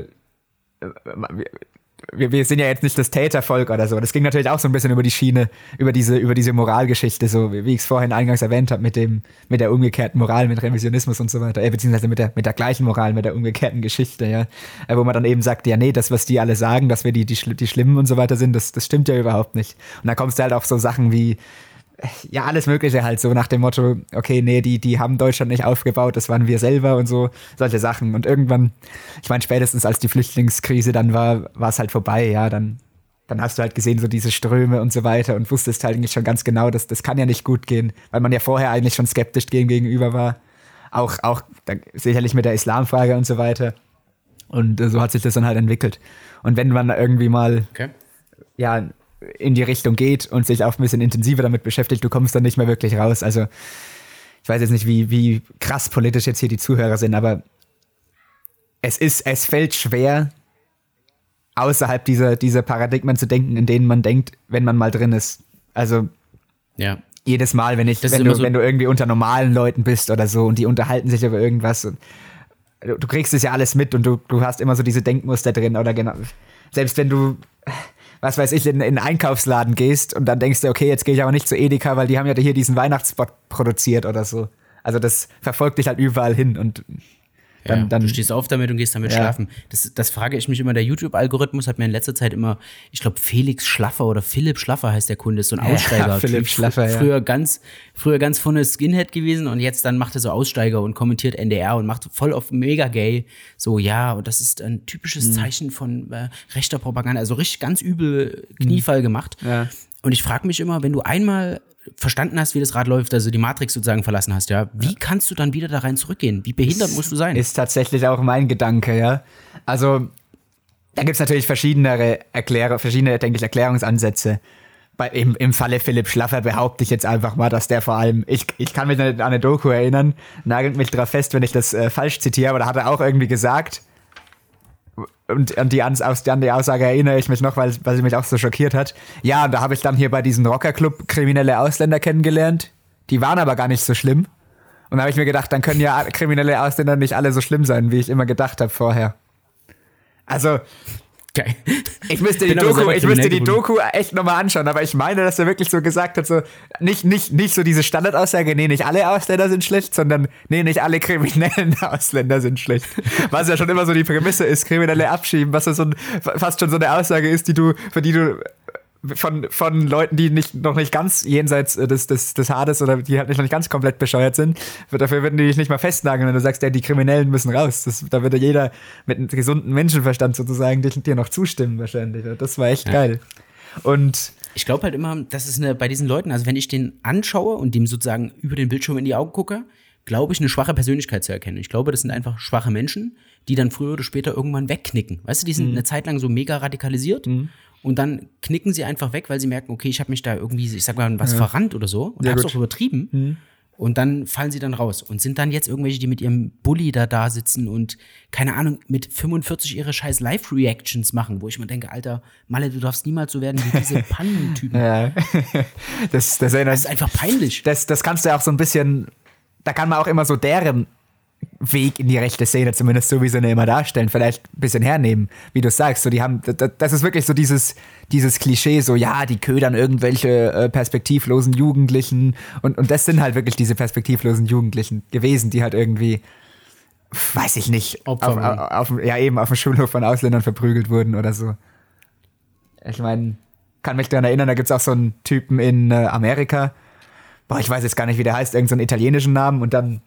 B: Wir, wir sind ja jetzt nicht das Tätervolk oder so. Das ging natürlich auch so ein bisschen über die Schiene, über diese, über diese Moralgeschichte, so wie ich es vorhin eingangs erwähnt habe, mit dem, mit der umgekehrten Moral, mit Revisionismus und so weiter, äh, beziehungsweise mit der, mit der gleichen Moral, mit der umgekehrten Geschichte, ja. Äh, wo man dann eben sagt, ja, nee, das, was die alle sagen, dass wir die, die, die Schlimmen und so weiter sind, das, das stimmt ja überhaupt nicht. Und dann kommst du halt auf so Sachen wie, ja, alles Mögliche halt, so nach dem Motto, okay, nee, die, die haben Deutschland nicht aufgebaut, das waren wir selber und so, solche Sachen. Und irgendwann, ich meine, spätestens als die Flüchtlingskrise dann war, war es halt vorbei, ja, dann, dann hast du halt gesehen, so diese Ströme und so weiter und wusstest halt eigentlich schon ganz genau, dass das kann ja nicht gut gehen, weil man ja vorher eigentlich schon skeptisch dem gegenüber war. Auch, auch dann, sicherlich mit der Islamfrage und so weiter. Und äh, so hat sich das dann halt entwickelt. Und wenn man irgendwie mal, okay. ja, in die Richtung geht und sich auch ein bisschen intensiver damit beschäftigt, du kommst dann nicht mehr wirklich raus. Also ich weiß jetzt nicht, wie, wie krass politisch jetzt hier die Zuhörer sind, aber es ist, es fällt schwer, außerhalb dieser, dieser Paradigmen zu denken, in denen man denkt, wenn man mal drin ist. Also
A: ja.
B: jedes Mal, wenn ich, wenn du, so wenn du irgendwie unter normalen Leuten bist oder so und die unterhalten sich über irgendwas und du, du kriegst es ja alles mit und du, du hast immer so diese Denkmuster drin oder genau. Selbst wenn du was weiß ich, in, in einen Einkaufsladen gehst und dann denkst du, okay, jetzt gehe ich aber nicht zu Edeka, weil die haben ja hier diesen Weihnachtsspot produziert oder so. Also das verfolgt dich halt überall hin und Dann,
A: ja,
B: dann,
A: du stehst auf damit und gehst damit ja. schlafen. Das, das frage ich mich immer. Der YouTube-Algorithmus hat mir in letzter Zeit immer, ich glaube, Felix Schlaffer oder Philipp Schlaffer heißt der Kunde, ist so ein Aussteiger.
B: Ja, Philipp Schlaffer,
A: früher
B: ja.
A: ganz, früher ganz von der Skinhead gewesen und jetzt dann macht er so Aussteiger und kommentiert N D R und macht voll auf mega gay. So, ja, und das ist ein typisches mhm. Zeichen von äh, rechter Propaganda. Also richtig ganz übel Kniefall mhm. gemacht.
B: Ja.
A: Und ich frage mich immer, wenn du einmal verstanden hast, wie das Rad läuft, also die Matrix sozusagen verlassen hast, ja, wie ja. kannst du dann wieder da rein zurückgehen? Wie behindert
B: das
A: musst du sein?
B: Ist tatsächlich auch mein Gedanke, ja. Also, da gibt es natürlich verschiedene, Erklär- verschiedene, denke ich, Erklärungsansätze. Bei, im, Im Falle Philipp Schlaffer behaupte ich jetzt einfach mal, dass der vor allem, ich, ich kann mich an eine Doku erinnern, nagelt mich drauf fest, wenn ich das äh, falsch zitiere, aber da hat er auch irgendwie gesagt, und an die, an die Aussage erinnere ich mich noch, weil, weil sie mich auch so schockiert hat. Ja, und da habe ich dann hier bei diesem Rockerclub kriminelle Ausländer kennengelernt. Die waren aber gar nicht so schlimm. Und da habe ich mir gedacht, dann können ja kriminelle Ausländer nicht alle so schlimm sein, wie ich immer gedacht habe vorher. Also,
A: geil.
B: Ich müsste die, Doku, ich müsste die Doku echt nochmal anschauen, aber ich meine, dass er wirklich so gesagt hat, so nicht, nicht, nicht so diese Standardaussage, nee, nicht alle Ausländer sind schlecht, sondern nee, nicht alle kriminellen Ausländer sind schlecht. Was ja schon immer so die Prämisse ist, kriminelle abschieben, was ja so ein, fast schon so eine Aussage ist, die du, für die du von, von Leuten, die nicht, noch nicht ganz jenseits des, des, des Hades oder die halt noch nicht ganz komplett bescheuert sind, dafür würden die dich nicht mal festnageln, wenn du sagst, ja, die Kriminellen müssen raus. Das, da würde jeder mit einem gesunden Menschenverstand sozusagen dir, dir noch zustimmen wahrscheinlich. Das war echt ja. geil. Und
A: ich glaube halt immer, das ist eine, bei diesen Leuten, also wenn ich den anschaue und dem sozusagen über den Bildschirm in die Augen gucke, glaube ich, eine schwache Persönlichkeit zu erkennen. Ich glaube, das sind einfach schwache Menschen, die dann früher oder später irgendwann wegknicken. Weißt du, die sind mhm. eine Zeit lang so mega radikalisiert mhm. und dann knicken sie einfach weg, weil sie merken, okay, ich habe mich da irgendwie, ich sag mal, was ja. verrannt oder so und habe es auch übertrieben. Mhm. Und dann fallen sie dann raus und sind dann jetzt irgendwelche, die mit ihrem Bulli da da sitzen und, keine Ahnung, mit fünfundvierzig ihre scheiß Live-Reactions machen, wo ich mir denke, Alter, Malle, du darfst niemals so werden wie diese Pannentypen.
B: Ja. das, das,
A: das ist einfach peinlich.
B: Das, das kannst du ja auch so ein bisschen, da kann man auch immer so deren Weg in die rechte Szene, zumindest so wie sie ihn immer darstellen, vielleicht ein bisschen hernehmen, wie du sagst. So, die haben, das ist wirklich so dieses, dieses Klischee, so ja, die ködern irgendwelche äh, perspektivlosen Jugendlichen und, und das sind halt wirklich diese perspektivlosen Jugendlichen gewesen, die halt irgendwie, weiß ich nicht, auf, auf, auf, ja eben auf dem Schulhof von Ausländern verprügelt wurden oder so. Ich meine, kann mich daran erinnern, da gibt es auch so einen Typen in äh, Amerika, boah, ich weiß jetzt gar nicht, wie der heißt, irgendeinen so italienischen Namen und dann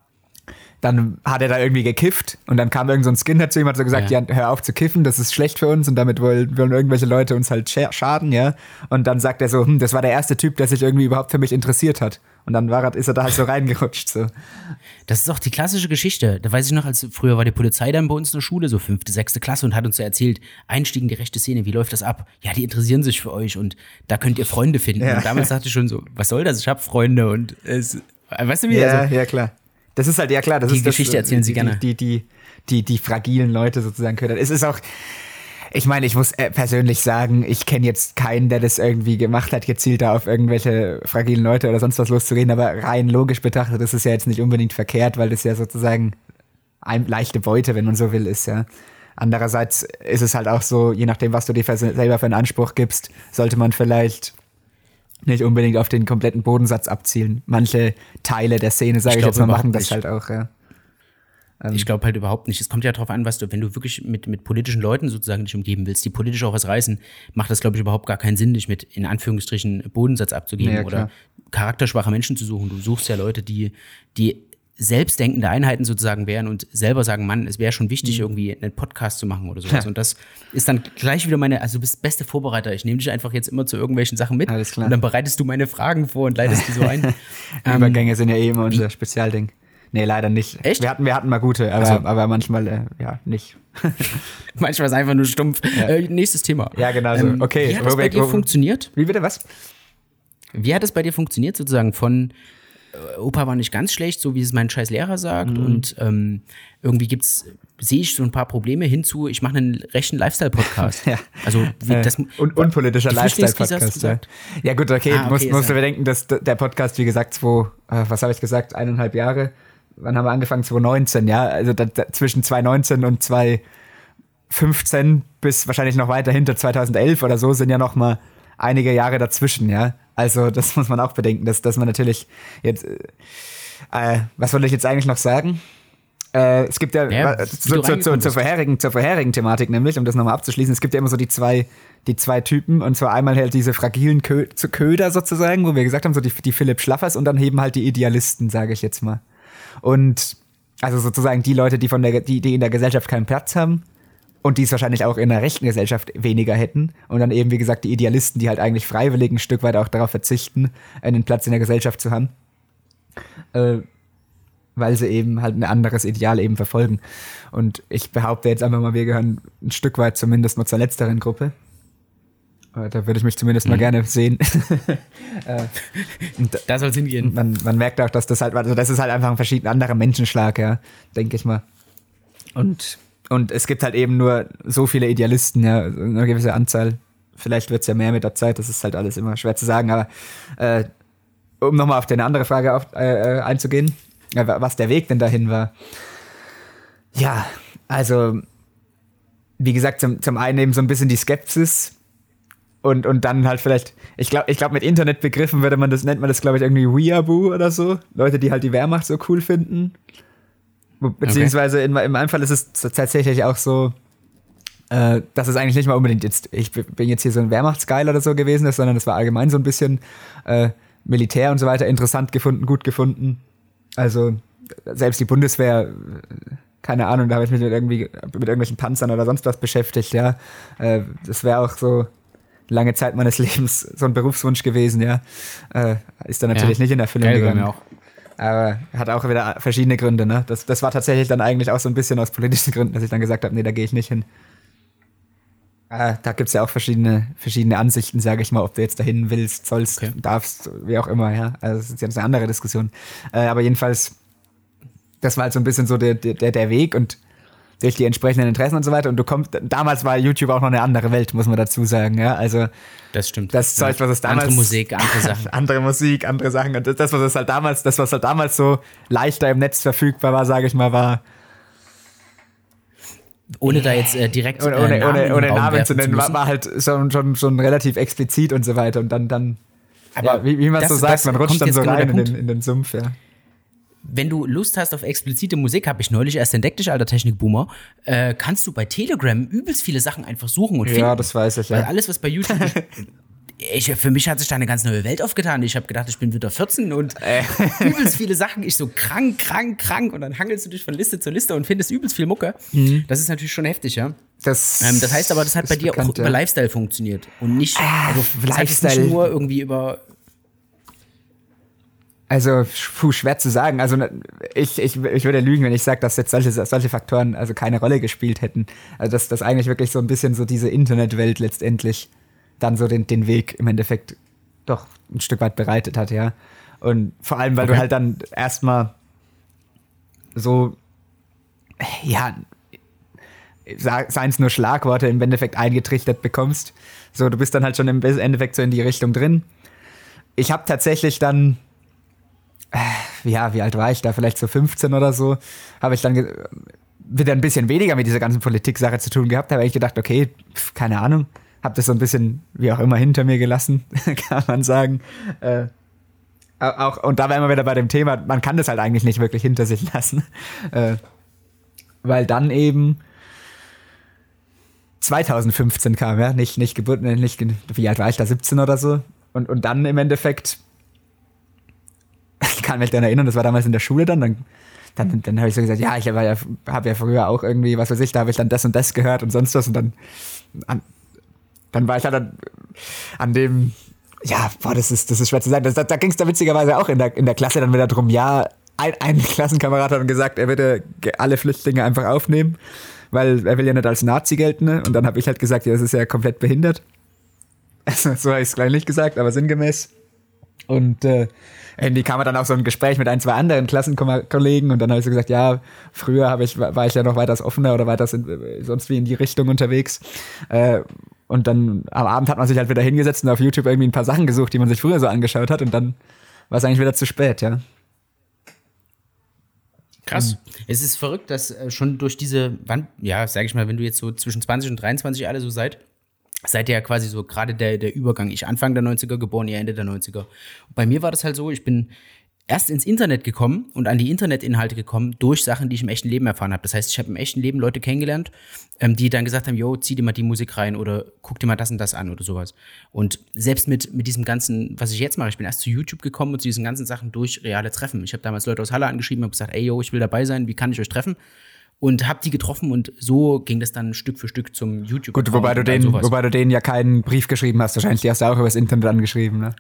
B: Dann hat er da irgendwie gekifft und dann kam irgend so ein Skinhead zu ihm und hat so gesagt, ja. ja, hör auf zu kiffen, das ist schlecht für uns und damit wollen, wollen irgendwelche Leute uns halt schaden, ja. Und dann sagt er so, hm, das war der erste Typ, der sich irgendwie überhaupt für mich interessiert hat. Und dann war er, ist er da halt so reingerutscht. So.
A: Das ist auch die klassische Geschichte. Da weiß ich noch, als früher war die Polizei dann bei uns in der Schule, so fünfte, sechste Klasse und hat uns so erzählt, Einstieg in die rechte Szene, wie läuft das ab? Ja, die interessieren sich für euch und da könnt ihr Freunde finden. Ja. Und damals dachte ich schon so, was soll das? Ich hab Freunde und es, weißt du wie?
B: Ja,
A: also,
B: ja, klar. Das ist halt, ja klar, das
A: die
B: ist
A: Geschichte
B: das,
A: erzählen sie
B: die,
A: gerne.
B: Die, die, die, die, die fragilen Leute sozusagen können. Es ist auch, ich meine, ich muss persönlich sagen, ich kenne jetzt keinen, der das irgendwie gemacht hat, gezielt da auf irgendwelche fragilen Leute oder sonst was loszugehen, aber rein logisch betrachtet ist es ja jetzt nicht unbedingt verkehrt, weil das ja sozusagen eine leichte Beute, wenn man so will, ist, ja. Andererseits ist es halt auch so, je nachdem, was du dir selber für einen Anspruch gibst, sollte man vielleicht nicht unbedingt auf den kompletten Bodensatz abzielen. Manche Teile der Szene, sage ich, ich jetzt mal, machen das halt auch, ja. Ähm.
A: Ich glaube halt überhaupt nicht. Es kommt ja darauf an, was du, wenn du wirklich mit, mit politischen Leuten sozusagen dich umgeben willst, die politisch auch was reißen, macht das, glaube ich, überhaupt gar keinen Sinn, dich mit, in Anführungsstrichen, Bodensatz abzugeben ja, oder charakterschwache Menschen zu suchen. Du suchst ja Leute, die, die selbstdenkende Einheiten sozusagen wären und selber sagen, Mann, es wäre schon wichtig, mhm. irgendwie einen Podcast zu machen oder sowas. Ja. Und das ist dann gleich wieder meine, also du bist beste Vorbereiter. Ich nehme dich einfach jetzt immer zu irgendwelchen Sachen mit.
B: Alles klar.
A: Und dann bereitest du meine Fragen vor und leitest die so ein.
B: Übergänge sind ja eh immer unser Spezialding. Nee, leider nicht.
A: Echt?
B: Wir hatten, wir hatten mal gute, aber, also. aber manchmal, äh, ja, nicht.
A: Manchmal ist es einfach nur stumpf. Ja. Äh, nächstes Thema.
B: Ja, genau so.
A: Ähm,
B: okay.
A: Wie hat das bei dir funktioniert?
B: Wie bitte, was?
A: Wie hat es bei dir funktioniert, sozusagen von Opa war nicht ganz schlecht, so wie es mein scheiß Lehrer sagt. Mhm. Und ähm, irgendwie gibt's, sehe ich so ein paar Probleme hinzu, ich mache einen rechten Lifestyle-Podcast.
B: ja.
A: Also wie, das,
B: äh, Un unpolitischer Lifestyle-Podcast. Ja. ja gut, okay, ah, okay musst, musst du bedenken, dass der Podcast, wie gesagt, zwei, äh, was habe ich gesagt, eineinhalb Jahre, wann haben wir angefangen? zwanzig neunzehn, ja, also da, da, zwischen zwanzig neunzehn und zwanzig fünfzehn bis wahrscheinlich noch weiter hinter zweitausendelf oder so sind ja noch mal einige Jahre dazwischen, ja. Also das muss man auch bedenken, dass, dass man natürlich jetzt, äh, was wollte ich jetzt eigentlich noch sagen? Äh, es gibt ja, ja zu, zu, zu, zur, vorherigen, zur vorherigen Thematik nämlich, um das nochmal abzuschließen, es gibt ja immer so die zwei, die zwei Typen, und zwar einmal halt diese fragilen Kö- Köder sozusagen, wo wir gesagt haben, so die, die Philipp Schlaffers, und dann eben halt die Idealisten, sage ich jetzt mal. Und also sozusagen die Leute, die, von der, die, die in der Gesellschaft keinen Platz haben, und die es wahrscheinlich auch in der rechten Gesellschaft weniger hätten. Und dann eben, wie gesagt, die Idealisten, die halt eigentlich freiwillig ein Stück weit auch darauf verzichten, einen Platz in der Gesellschaft zu haben. Äh, weil sie eben halt ein anderes Ideal eben verfolgen. Und ich behaupte jetzt einfach mal, wir gehören ein Stück weit zumindest mal zur letzteren Gruppe. Äh, da würde ich mich zumindest mhm. mal gerne sehen. äh,
A: da soll es hingehen.
B: Man, man merkt auch, dass das halt, also das ist halt einfach ein verschieden anderer Menschenschlag, ja, denke ich mal. Und Und es gibt halt eben nur so viele Idealisten, ja, eine gewisse Anzahl. Vielleicht wird es ja mehr mit der Zeit, das ist halt alles immer schwer zu sagen. Aber äh, um nochmal auf deine andere Frage auf, äh, einzugehen, äh, was der Weg denn dahin war. Ja, also, wie gesagt, zum, zum einen eben so ein bisschen die Skepsis und, und dann halt vielleicht, ich glaube, ich glaub, mit Internetbegriffen würde man das, nennt man das, glaube ich, irgendwie Weeaboo oder so. Leute, die halt die Wehrmacht so cool finden. Beziehungsweise okay. in, in meinem Fall ist es tatsächlich auch so, äh, dass es eigentlich nicht mal unbedingt jetzt, ich bin jetzt hier so ein Wehrmachtsgeil oder so gewesen ist, sondern es war allgemein so ein bisschen äh, Militär und so weiter interessant gefunden, gut gefunden. Also selbst die Bundeswehr, keine Ahnung, da habe ich mich mit, irgendwie, mit irgendwelchen Panzern oder sonst was beschäftigt, ja. Äh, das wäre auch so lange Zeit meines Lebens so ein Berufswunsch gewesen, ja. Äh, ist dann natürlich ja. nicht in Erfüllung
A: Geil,
B: gegangen.
A: Bei mir auch.
B: Aber hat auch wieder verschiedene Gründe, ne? Das, das war tatsächlich dann eigentlich auch so ein bisschen aus politischen Gründen, dass ich dann gesagt habe, nee, da gehe ich nicht hin. Äh, da gibt's ja auch verschiedene, verschiedene Ansichten, sage ich mal, ob du jetzt dahin willst, sollst, okay. darfst, wie auch immer, ja. Also das ist jetzt eine andere Diskussion. Äh, aber jedenfalls, das war halt so ein bisschen so der, der, der Weg und durch die entsprechenden Interessen und so weiter. Und du kommst, damals war YouTube auch noch eine andere Welt, muss man dazu sagen, ja. Also
A: das stimmt.
B: Das Zeug, was es damals.
A: Andere Musik, andere Sachen.
B: andere Musik, andere Sachen. Und das, was es halt damals, das, was halt damals so leichter im Netz verfügbar war, sage ich mal, war.
A: Ohne da jetzt äh, direkt
B: ohne, ohne, äh, Namen, ohne, ohne Namen zu nennen, war, war halt schon, schon, schon relativ explizit und so weiter. Und dann, dann. Aber ja, wie, wie man das, so sagt, man rutscht dann so rein in den, in den Sumpf, ja.
A: Wenn du Lust hast auf explizite Musik, habe ich neulich erst entdeckt, ich alter Technikboomer, äh, kannst du bei Telegram übelst viele Sachen einfach suchen und finden.
B: Ja, das weiß ich, ja.
A: Weil alles, was bei YouTube ist, ich, für mich hat sich da eine ganz neue Welt aufgetan. Ich habe gedacht, ich bin wieder vierzehn und übelst viele Sachen. Ich so krank, krank, krank und dann hangelst du dich von Liste zu Liste und findest übelst viel Mucke. Mhm. Das ist natürlich schon heftig, ja.
B: Das,
A: ähm, das heißt aber, das hat bei dir bekannt, auch über ja. Lifestyle funktioniert und nicht,
B: ah,
A: also, das
B: Lifestyle.
A: Hat nicht nur irgendwie über.
B: Also, puh, schwer zu sagen. Also, ich, ich, ich würde lügen, wenn ich sage, dass jetzt solche, solche Faktoren also keine Rolle gespielt hätten. Also, dass das eigentlich wirklich so ein bisschen so diese Internetwelt letztendlich dann so den, den Weg im Endeffekt doch ein Stück weit bereitet hat, ja. Und vor allem, weil okay. du halt dann erstmal so, ja, seien es nur Schlagworte im Endeffekt eingetrichtert bekommst. So, du bist dann halt schon im Endeffekt so in die Richtung drin. Ich habe tatsächlich dann ja, wie alt war ich da? Vielleicht so fünfzehn oder so. Habe ich dann ge- wieder ein bisschen weniger mit dieser ganzen Politik-Sache zu tun gehabt. Habe ich gedacht, okay, pf, keine Ahnung. Habe das so ein bisschen, wie auch immer, hinter mir gelassen, kann man sagen. Äh, auch, und da wären wir wieder bei dem Thema, man kann das halt eigentlich nicht wirklich hinter sich lassen. Äh, weil dann eben zwanzig fünfzehn kam, ja, nicht, nicht Geburt, nicht, wie alt war ich da? siebzehn oder so. Und, und dann im Endeffekt ich kann mich dann erinnern, das war damals in der Schule dann, dann, dann, dann habe ich so gesagt, ja, ich habe ja, hab ja früher auch irgendwie, was weiß ich, da habe ich dann das und das gehört und sonst was und dann, an, dann war ich halt an, an dem, ja, boah, das ist, das ist schwer zu sagen, das, da, da ging es da witzigerweise auch in der, in der Klasse dann wieder drum, ja, ein, ein Klassenkamerad hat dann gesagt, er würde alle Flüchtlinge einfach aufnehmen, weil er will ja nicht als Nazi gelten, ne? Und dann habe ich halt gesagt, ja, das ist ja komplett behindert. Also, so habe ich es gleich nicht gesagt, aber sinngemäß. Und äh, irgendwie kam dann auch so ein Gespräch mit ein, zwei anderen Klassenkollegen und dann habe ich so gesagt, ja, früher hab ich, war ich ja noch weitaus offener oder weitaus in, sonst wie in die Richtung unterwegs. Äh, und dann am Abend hat man sich halt wieder hingesetzt und auf YouTube irgendwie ein paar Sachen gesucht, die man sich früher so angeschaut hat und dann war es eigentlich wieder zu spät, ja.
A: Krass. Es ist verrückt, dass äh, schon durch diese Wand, ja, sag ich mal, wenn du jetzt so zwischen zwanzig und dreiundzwanzig alle so seid, seid ihr ja quasi so gerade der, der Übergang. Ich Anfang der neunziger geboren, ihr Ende der neunziger. Und bei mir war das halt so, ich bin erst ins Internet gekommen und an die Internetinhalte gekommen durch Sachen, die ich im echten Leben erfahren habe. Das heißt, ich habe im echten Leben Leute kennengelernt, ähm, die dann gesagt haben, yo, zieh dir mal die Musik rein oder guck dir mal das und das an oder sowas. Und selbst mit, mit diesem ganzen, was ich jetzt mache, ich bin erst zu YouTube gekommen und zu diesen ganzen Sachen durch reale Treffen. Ich habe damals Leute aus Halle angeschrieben und gesagt, ey, yo, ich will dabei sein, wie kann ich euch treffen? Und hab die getroffen und so ging das dann Stück für Stück zum YouTube.
B: Gut, wobei du, den, wobei du denen ja keinen Brief geschrieben hast. Wahrscheinlich, die hast du auch über das Internet angeschrieben, ne?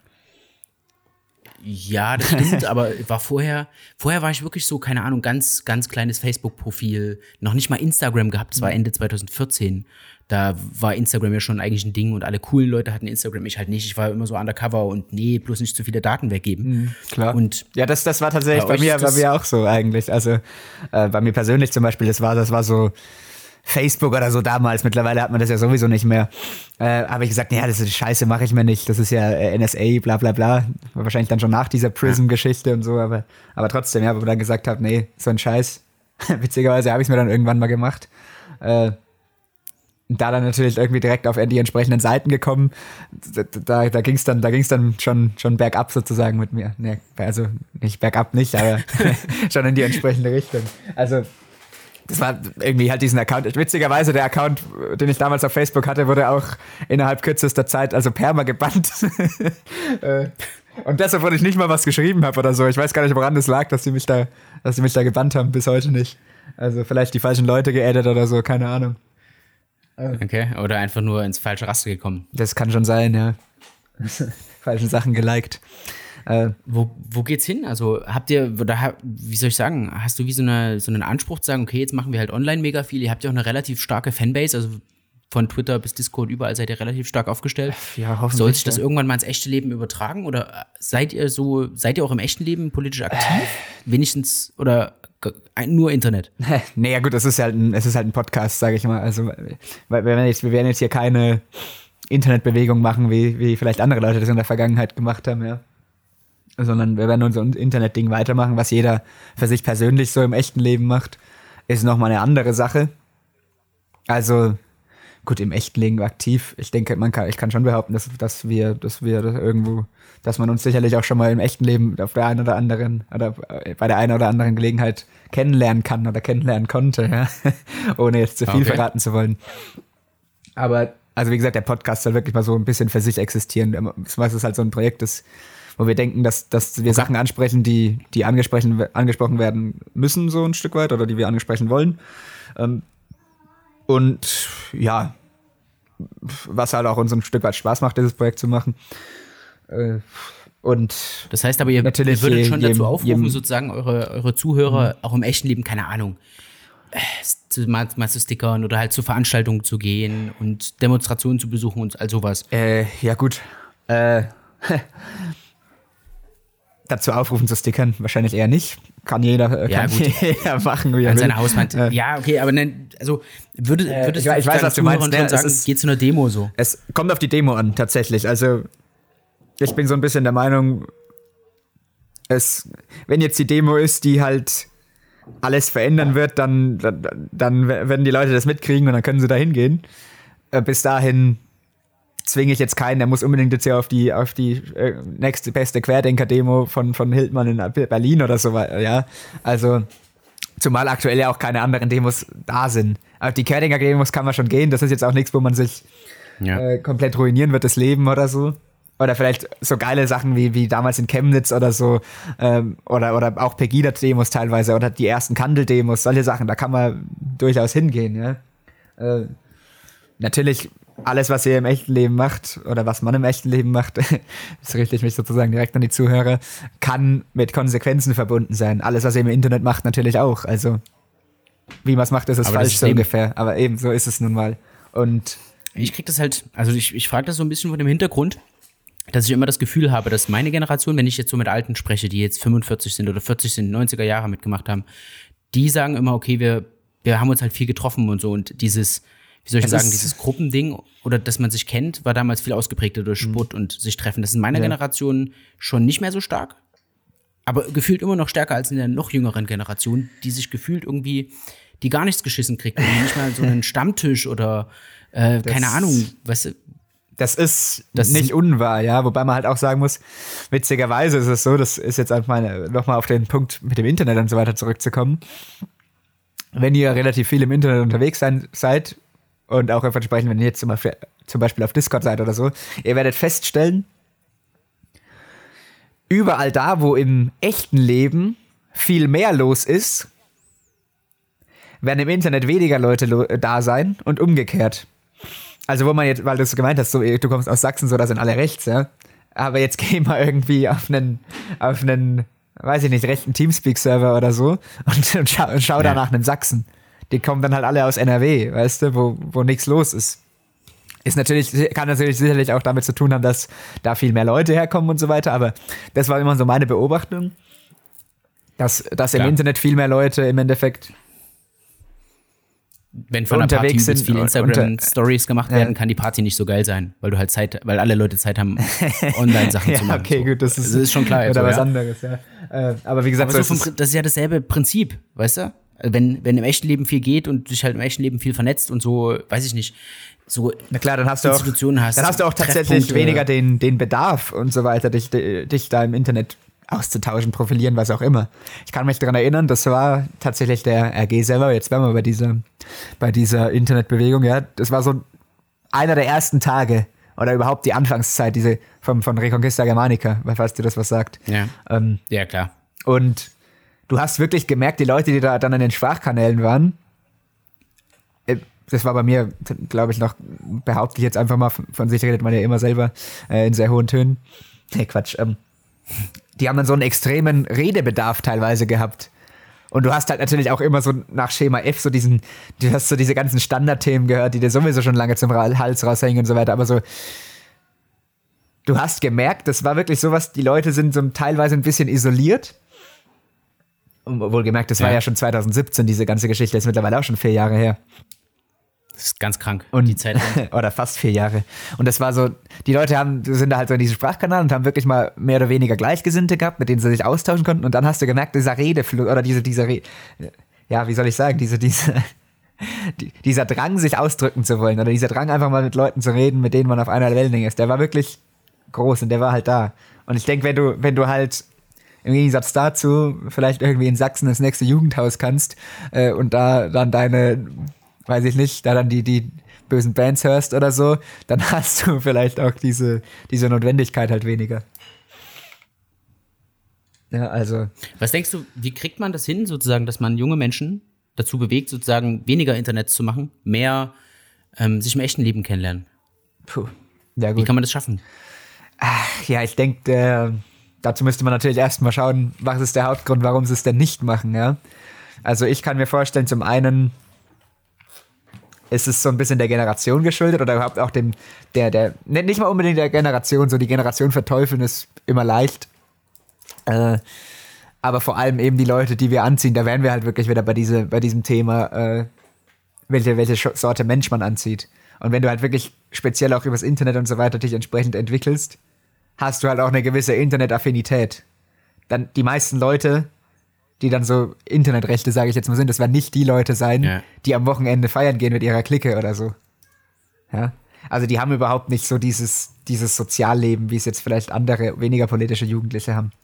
A: Ja, das stimmt, aber war vorher, vorher war ich wirklich so, keine Ahnung, ganz, ganz kleines Facebook-Profil, noch nicht mal Instagram gehabt, das war Ende zwanzig vierzehn. Da war Instagram ja schon eigentlich ein Ding und alle coolen Leute hatten Instagram, ich halt nicht. Ich war immer so undercover und nee, bloß nicht zu viele Daten weggeben.
B: Mhm, klar.
A: Und
B: ja, das, das war tatsächlich bei, bei mir, bei mir auch so eigentlich. Also äh, bei mir persönlich zum Beispiel, das war, das war so Facebook oder so damals. Mittlerweile hat man das ja sowieso nicht mehr. Äh, habe ich gesagt, ja, das ist Scheiße, mache ich mir nicht. Das ist ja äh, N S A, bla bla bla. War wahrscheinlich dann schon nach dieser Prism-Geschichte und so, aber, aber trotzdem, ja, wo wir dann gesagt haben, nee, so ein Scheiß. Witzigerweise habe ich es mir dann irgendwann mal gemacht. Äh, da dann natürlich irgendwie direkt auf die entsprechenden Seiten gekommen. Da, da, da ging es dann, da ging's dann schon, schon bergab sozusagen mit mir. Nee, also nicht bergab nicht, aber schon in die entsprechende Richtung. Also das war irgendwie halt diesen Account. Witzigerweise, der Account, den ich damals auf Facebook hatte, wurde auch innerhalb kürzester Zeit, also perma gebannt. Und deshalb, obwohl ich nicht mal was geschrieben habe oder so. Ich weiß gar nicht, woran das lag, dass sie mich da, dass sie mich da gebannt haben, bis heute nicht. Also vielleicht die falschen Leute geaddet oder so, keine Ahnung.
A: Okay, oder einfach nur ins falsche Raster gekommen.
B: Das kann schon sein, ja. Falschen Sachen geliked.
A: Äh, wo, wo geht's hin? Also habt ihr, oder wie soll ich sagen, hast du wie so, eine, so einen Anspruch zu sagen, okay, jetzt machen wir halt online mega viel, ihr habt ja auch eine relativ starke Fanbase, also von Twitter bis Discord, überall seid ihr relativ stark aufgestellt.
B: Ja, hoffentlich.
A: Soll sich das ja irgendwann mal ins echte Leben übertragen oder seid ihr so, seid ihr auch im echten Leben politisch aktiv? Äh. Wenigstens, oder nur Internet?
B: Naja, gut, es ist halt ein, es ist halt ein Podcast, sage ich mal. Also wir werden jetzt, wir werden jetzt hier keine Internetbewegung machen, wie, wie vielleicht andere Leute das in der Vergangenheit gemacht haben, ja. Sondern wir werden unser Internetding weitermachen, was jeder für sich persönlich so im echten Leben macht, ist nochmal eine andere Sache. Also, gut, im echten Leben aktiv. Ich denke, man kann, ich kann schon behaupten, dass, dass wir, dass wir das irgendwo, dass man uns sicherlich auch schon mal im echten Leben auf der einen oder anderen, oder bei der einen oder anderen Gelegenheit kennenlernen kann oder kennenlernen konnte, ja. Ohne jetzt zu viel okay. verraten zu wollen. Aber, also wie gesagt, der Podcast soll wirklich mal so ein bisschen für sich existieren. Was ist halt so ein Projekt, das wo wir denken, dass, dass wir okay. Sachen ansprechen, die, die angesprochen, angesprochen werden müssen, so ein Stück weit, oder die wir ansprechen wollen. Ähm, und ja, was halt auch uns ein Stück weit Spaß macht, dieses Projekt zu machen. Äh, und
A: das heißt aber, ihr, ihr würdet je, schon je, dazu aufrufen, je, sozusagen eure, eure Zuhörer mhm. auch im echten Leben, keine Ahnung, äh, mal, mal zu stickern oder halt zu Veranstaltungen zu gehen und Demonstrationen zu besuchen und all sowas.
B: Äh, ja gut, äh, dazu aufrufen zu stickern, wahrscheinlich eher nicht. Kann jeder,
A: ja,
B: kann
A: gut.
B: jeder machen, wie er
A: An
B: will.
A: seiner Hauswand. Äh, ja, okay, aber ne, also würde, würdest
B: äh, ich,
A: du
B: ich weiß, was du meinst,
A: ne, sagen, ist, geh zu einer Demo so?
B: Es kommt auf die Demo an, tatsächlich. Also ich bin so ein bisschen der Meinung, es, wenn jetzt die Demo ist, die halt alles verändern wird, dann, dann, dann werden die Leute das mitkriegen und dann können sie da hingehen. Äh, bis dahin zwinge ich jetzt keinen, der muss unbedingt jetzt ja auf die, auf die äh, nächste beste Querdenker-Demo von, von Hildmann in Berlin oder so weiter, ja. Also, zumal aktuell ja auch keine anderen Demos da sind. Auf die Querdenker-Demos kann man schon gehen, das ist jetzt auch nichts, wo man sich ja. äh, komplett ruinieren wird, das Leben oder so. Oder vielleicht so geile Sachen wie, wie damals in Chemnitz oder so, ähm, oder, oder auch Pegida-Demos teilweise, oder die ersten Kandel-Demos, solche Sachen, da kann man durchaus hingehen, ja. Äh, natürlich alles, was ihr im echten Leben macht oder was man im echten Leben macht, das richte ich mich sozusagen direkt an die Zuhörer, kann mit Konsequenzen verbunden sein. Alles, was ihr im Internet macht, natürlich auch. Also, wie man es macht, ist es falsch so ungefähr. Aber eben, so ist es nun mal. Und
A: ich krieg das halt, also ich, ich frage das so ein bisschen von dem Hintergrund, dass ich immer das Gefühl habe, dass meine Generation, wenn ich jetzt so mit Alten spreche, die jetzt fünfundvierzig sind oder vierzig sind, neunziger Jahre mitgemacht haben, die sagen immer, okay, wir, wir haben uns halt viel getroffen und so und dieses wie soll ich sagen, dieses Gruppending oder dass man sich kennt, war damals viel ausgeprägter durch Sport mhm. und sich treffen. Das ist in meiner ja. Generation schon nicht mehr so stark. Aber gefühlt immer noch stärker als in der noch jüngeren Generation, die sich gefühlt irgendwie, die gar nichts geschissen kriegt. Und nicht mal so einen Stammtisch oder äh, keine Ahnung, weißt du.
B: Das ist
A: Das
B: nicht
A: ist-
B: unwahr, ja. Wobei man halt auch sagen muss, witzigerweise ist es so, das ist jetzt einfach meine, nochmal auf den Punkt mit dem Internet und so weiter zurückzukommen. Wenn ihr relativ viel im Internet unterwegs sein, seid und auch einfach entsprechend, wenn ihr jetzt zum Beispiel, zum Beispiel auf Discord seid oder so, ihr werdet feststellen, überall da, wo im echten Leben viel mehr los ist, werden im Internet weniger Leute lo- da sein und umgekehrt. Also wo man jetzt, weil du es gemeint hast, so, du kommst aus Sachsen, so, da sind alle rechts, ja. Aber jetzt geh mal irgendwie auf einen, auf einen, weiß ich nicht, rechten Teamspeak-Server oder so und, und schau, und schau da
A: Ja.
B: nach einem Sachsen. Die kommen dann halt alle aus N R W, weißt du, wo, wo nichts los ist. Ist natürlich, kann natürlich sicherlich auch damit zu tun haben, dass da viel mehr Leute herkommen und so weiter, aber das war immer so meine Beobachtung, dass, dass im
A: Klar.
B: Internet viel mehr Leute im Endeffekt
A: Wenn von einer Party
B: unterwegs
A: jetzt
B: sind
A: viele
B: und-
A: Instagram-Stories gemacht
B: Ja.
A: werden, kann die Party nicht so geil sein, weil du halt Zeit, weil alle Leute Zeit haben, Online-Sachen
B: ja,
A: zu machen.
B: okay,
A: so.
B: gut, das ist,
A: das ist schon klar.
B: Oder
A: so,
B: was
A: ja.
B: anderes, ja. Äh, aber wie gesagt,
A: Aber so
B: so
A: vom,
B: ist es-
A: Pri- das ist ja dasselbe Prinzip, weißt du? Wenn, wenn im echten Leben viel geht und dich halt im echten Leben viel vernetzt und so, weiß ich nicht, so
B: na klar, dann hast du auch,
A: Institutionen hast,
B: dann hast du auch tatsächlich
A: Treffpunkte.
B: weniger den, den Bedarf und so weiter, dich, dich da im Internet auszutauschen, profilieren, was auch immer. Ich kann mich daran erinnern, das war tatsächlich der R G-Server, jetzt wären wir bei dieser, bei dieser Internetbewegung, ja, das war so einer der ersten Tage oder überhaupt die Anfangszeit, diese vom, von Reconquista Germanica, falls dir das was sagt.
A: Ja.
B: Ähm,
A: Ja, klar.
B: Und du hast wirklich gemerkt, die Leute, die da dann in den Sprachkanälen waren, äh, das war bei mir, glaube ich, noch, behaupte ich jetzt einfach mal, von von sich redet man ja immer selber äh, in sehr hohen Tönen. Nee, Quatsch. Ähm, die haben dann so einen extremen Redebedarf teilweise gehabt. Und du hast halt natürlich auch immer so nach Schema F so diesen, du hast so diese ganzen Standardthemen gehört, die dir sowieso schon lange zum Ra- Hals raushängen und so weiter, aber so, du hast gemerkt, das war wirklich sowas, die Leute sind so teilweise ein bisschen isoliert. Wohl gemerkt, das war
A: Ja.
B: ja schon zwanzig siebzehn, diese ganze Geschichte, ist mittlerweile auch schon vier Jahre her.
A: Das ist ganz krank,
B: Und
A: die Zeit.
B: oder fast vier Jahre. Und das war so, die Leute haben, sind da halt so in diesem Sprachkanal und haben wirklich mal mehr oder weniger Gleichgesinnte gehabt, mit denen sie sich austauschen konnten. Und dann hast du gemerkt, dieser Redefluss, oder diese, diese, Re ja, wie soll ich sagen, diese, diese, die, dieser Drang, sich ausdrücken zu wollen, oder dieser Drang, einfach mal mit Leuten zu reden, mit denen man auf einer Wellenlänge ist, der war wirklich groß und der war halt da. Und ich denke, wenn du, wenn du halt im Gegensatz dazu vielleicht irgendwie in Sachsen das nächste Jugendhaus kannst äh, und da dann deine, weiß ich nicht, da dann die, die bösen Bands hörst oder so, dann hast du vielleicht auch diese, diese Notwendigkeit halt weniger. Ja, also.
A: Was denkst du, wie kriegt man das hin, sozusagen, dass man junge Menschen dazu bewegt, sozusagen weniger Internet zu machen, mehr ähm, sich im echten Leben kennenlernen?
B: Puh. Ja,
A: Wie
B: gut.
A: kann man das schaffen?
B: Ja, ich denke, äh, dazu müsste man natürlich erstmal schauen, was ist der Hauptgrund, warum sie es denn nicht machen, ja. Also ich kann mir vorstellen, zum einen ist es so ein bisschen der Generation geschuldet oder überhaupt auch dem, der, der, ne, nicht mal unbedingt der Generation, so die Generation verteufeln ist immer leicht. Äh, aber vor allem eben die Leute, die wir anziehen, da wären wir halt wirklich wieder bei, diese, bei diesem Thema, äh, welche, welche Sch- Sorte Mensch man anzieht. Und wenn du halt wirklich speziell auch übers Internet und so weiter dich entsprechend entwickelst, hast du halt auch eine gewisse Internetaffinität. Dann die meisten Leute, die dann so Internetrechte, sage ich jetzt mal, sind, das werden nicht die Leute sein,
A: Ja.
B: die am Wochenende feiern gehen mit ihrer Clique oder so. Ja. Also die haben überhaupt nicht so dieses, dieses Sozialleben, wie es jetzt vielleicht andere, weniger politische Jugendliche haben.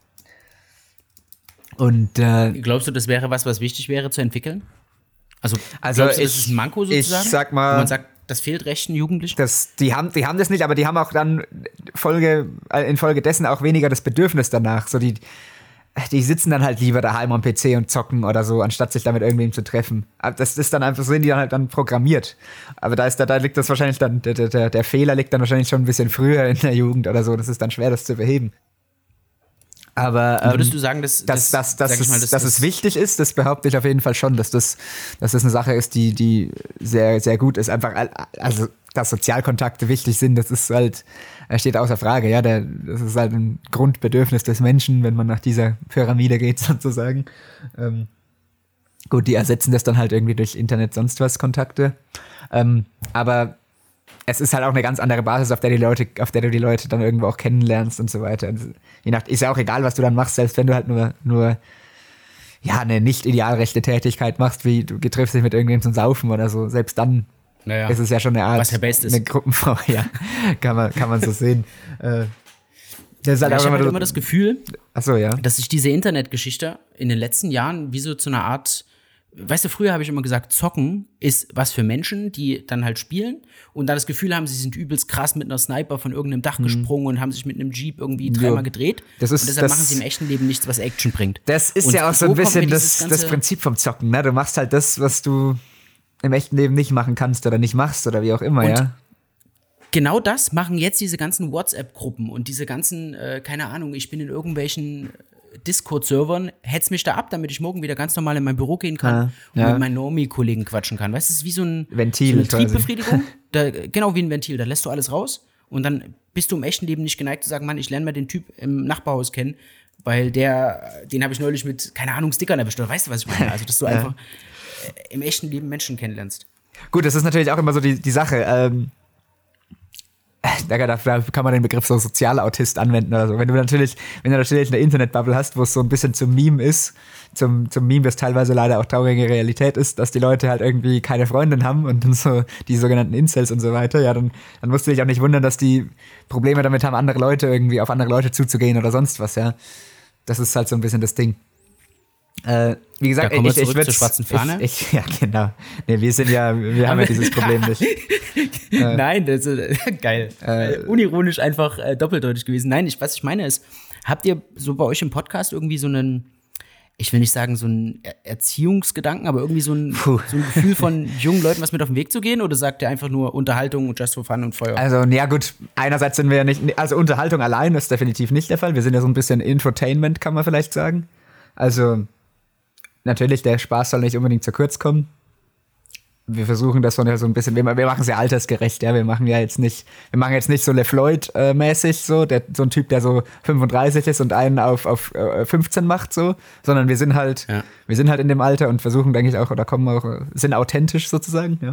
B: Und äh,
A: Glaubst du, das wäre was, was wichtig wäre zu entwickeln? Also,
B: Also
A: glaubst du, das
B: ich-
A: ist ein Manko
B: ich
A: sozusagen?
B: sag mal-
A: Wo man sagt, das fehlt rechten Jugendlichen?
B: das, die, haben, die haben das nicht, aber die haben auch dann Folge, äh, infolgedessen auch weniger das Bedürfnis danach. So die, die sitzen dann halt lieber daheim am P C und zocken oder so, anstatt sich da mit irgendwem zu treffen. Aber das ist dann einfach, so sind die dann halt dann programmiert. Aber da ist da, da liegt das wahrscheinlich dann, der, der, der Fehler liegt dann wahrscheinlich schon ein bisschen früher in der Jugend oder so. Das ist dann schwer, das zu beheben. Aber ähm,
A: Würdest du sagen, dass,
B: dass, dass, dass,
A: sag ich
B: es,
A: mal,
B: dass es wichtig ist, das behaupte ich auf jeden Fall schon, dass das, dass das eine Sache ist, die, die sehr, sehr gut ist. Einfach, also, dass Sozialkontakte wichtig sind, das ist halt, steht außer Frage, ja, der, das ist halt ein Grundbedürfnis des Menschen, wenn man nach dieser Pyramide geht, sozusagen. Ähm, gut, die ersetzen das dann halt irgendwie durch Internet, sonst was Kontakte. Ähm, aber es ist halt auch eine ganz andere Basis, auf der die Leute, auf der du die Leute dann irgendwo auch kennenlernst und so weiter. Und je nach, ist ja auch egal, was du dann machst, selbst wenn du halt nur, nur ja, eine nicht idealrechte Tätigkeit machst, wie du triffst dich mit irgendjemandem zum Saufen oder so, selbst dann naja. ist es ja schon eine Art,
A: was ja best ist.
B: Eine Gruppenfrau, ja, kann man, kann man so sehen. Äh, das ist halt
A: ja,
B: auch
A: ich habe
B: immer,
A: halt immer das Gefühl,
B: ach so, ja.
A: dass sich diese Internetgeschichte in den letzten Jahren wie so zu einer Art, weißt du, früher habe ich immer gesagt, Zocken ist was für Menschen, die dann halt spielen und dann das Gefühl haben, sie sind übelst krass mit einer Sniper von irgendeinem Dach mhm. gesprungen und haben sich mit einem Jeep irgendwie dreimal ja. gedreht.
B: Das ist,
A: und deshalb
B: das,
A: machen sie im echten Leben nichts, was Action bringt.
B: Das ist
A: und
B: ja auch so ein bisschen das, das Prinzip vom Zocken, ne? Du machst halt das, was du im echten Leben nicht machen kannst oder nicht machst oder wie auch immer, und ja.
A: Genau das machen jetzt diese ganzen WhatsApp-Gruppen und diese ganzen, äh, keine Ahnung, ich bin in irgendwelchen Discord-Servern, hetz mich da ab, damit ich morgen wieder ganz normal in mein Büro gehen kann ah, und ja. mit meinen Normie-Kollegen quatschen kann. Weißt du, es ist wie so, ein,
B: Ventil,
A: so eine Triebbefriedigung. Da, genau wie ein Ventil, da lässt du alles raus und dann bist du im echten Leben nicht geneigt zu sagen, Mann, ich lerne mal den Typ im Nachbarhaus kennen, weil der, den habe ich neulich mit, keine Ahnung, Stickern erwischt. Weißt du, was ich meine? Also, dass du ja. einfach äh, im echten Leben Menschen kennenlernst.
B: Gut, das ist natürlich auch immer so die, die Sache. Ähm Da, da kann man den Begriff so Sozialautist anwenden oder so. Wenn du natürlich, wenn du natürlich eine Internetbubble hast, wo es so ein bisschen zum Meme ist, zum, zum Meme, das teilweise leider auch traurige Realität ist, dass die Leute halt irgendwie keine Freundin haben und dann so die sogenannten Incels und so weiter, ja, dann, dann musst du dich auch nicht wundern, dass die Probleme damit haben, andere Leute irgendwie auf andere Leute zuzugehen oder sonst was, ja. Das ist halt so ein bisschen das Ding. Äh, wie gesagt,
A: da kommen
B: ich,
A: wir
B: ich, ich
A: würde zur schwarzen Fahne.
B: Ich, ich, ja, genau. Nee, wir sind ja, wir haben ja dieses Problem nicht.
A: äh, Nein, das ist äh, geil. Äh, Unironisch einfach äh, doppeldeutig gewesen. Nein, ich, was ich meine ist, habt ihr so bei euch im Podcast irgendwie so einen, ich will nicht sagen so einen er- Erziehungsgedanken, aber irgendwie so ein, so ein Gefühl von jungen Leuten, was mit auf den Weg zu gehen? Oder sagt ihr einfach nur Unterhaltung und Just for Fun und Feuer?
B: Also, ja gut, einerseits sind wir ja nicht, also Unterhaltung allein ist definitiv nicht der Fall. Wir sind ja so ein bisschen Infotainment, kann man vielleicht sagen. Also, natürlich, der Spaß soll nicht unbedingt zu kurz kommen. Wir versuchen das so ein bisschen, wir, wir machen es ja altersgerecht, ja, wir machen ja jetzt nicht, wir machen jetzt nicht so LeFloid-mäßig so, der, so ein Typ, der so fünfunddreißig ist und einen auf, auf fünfzehn macht so, sondern wir sind halt, ja. wir sind halt in dem Alter und versuchen, denke ich auch, oder kommen auch, sind authentisch sozusagen, ja.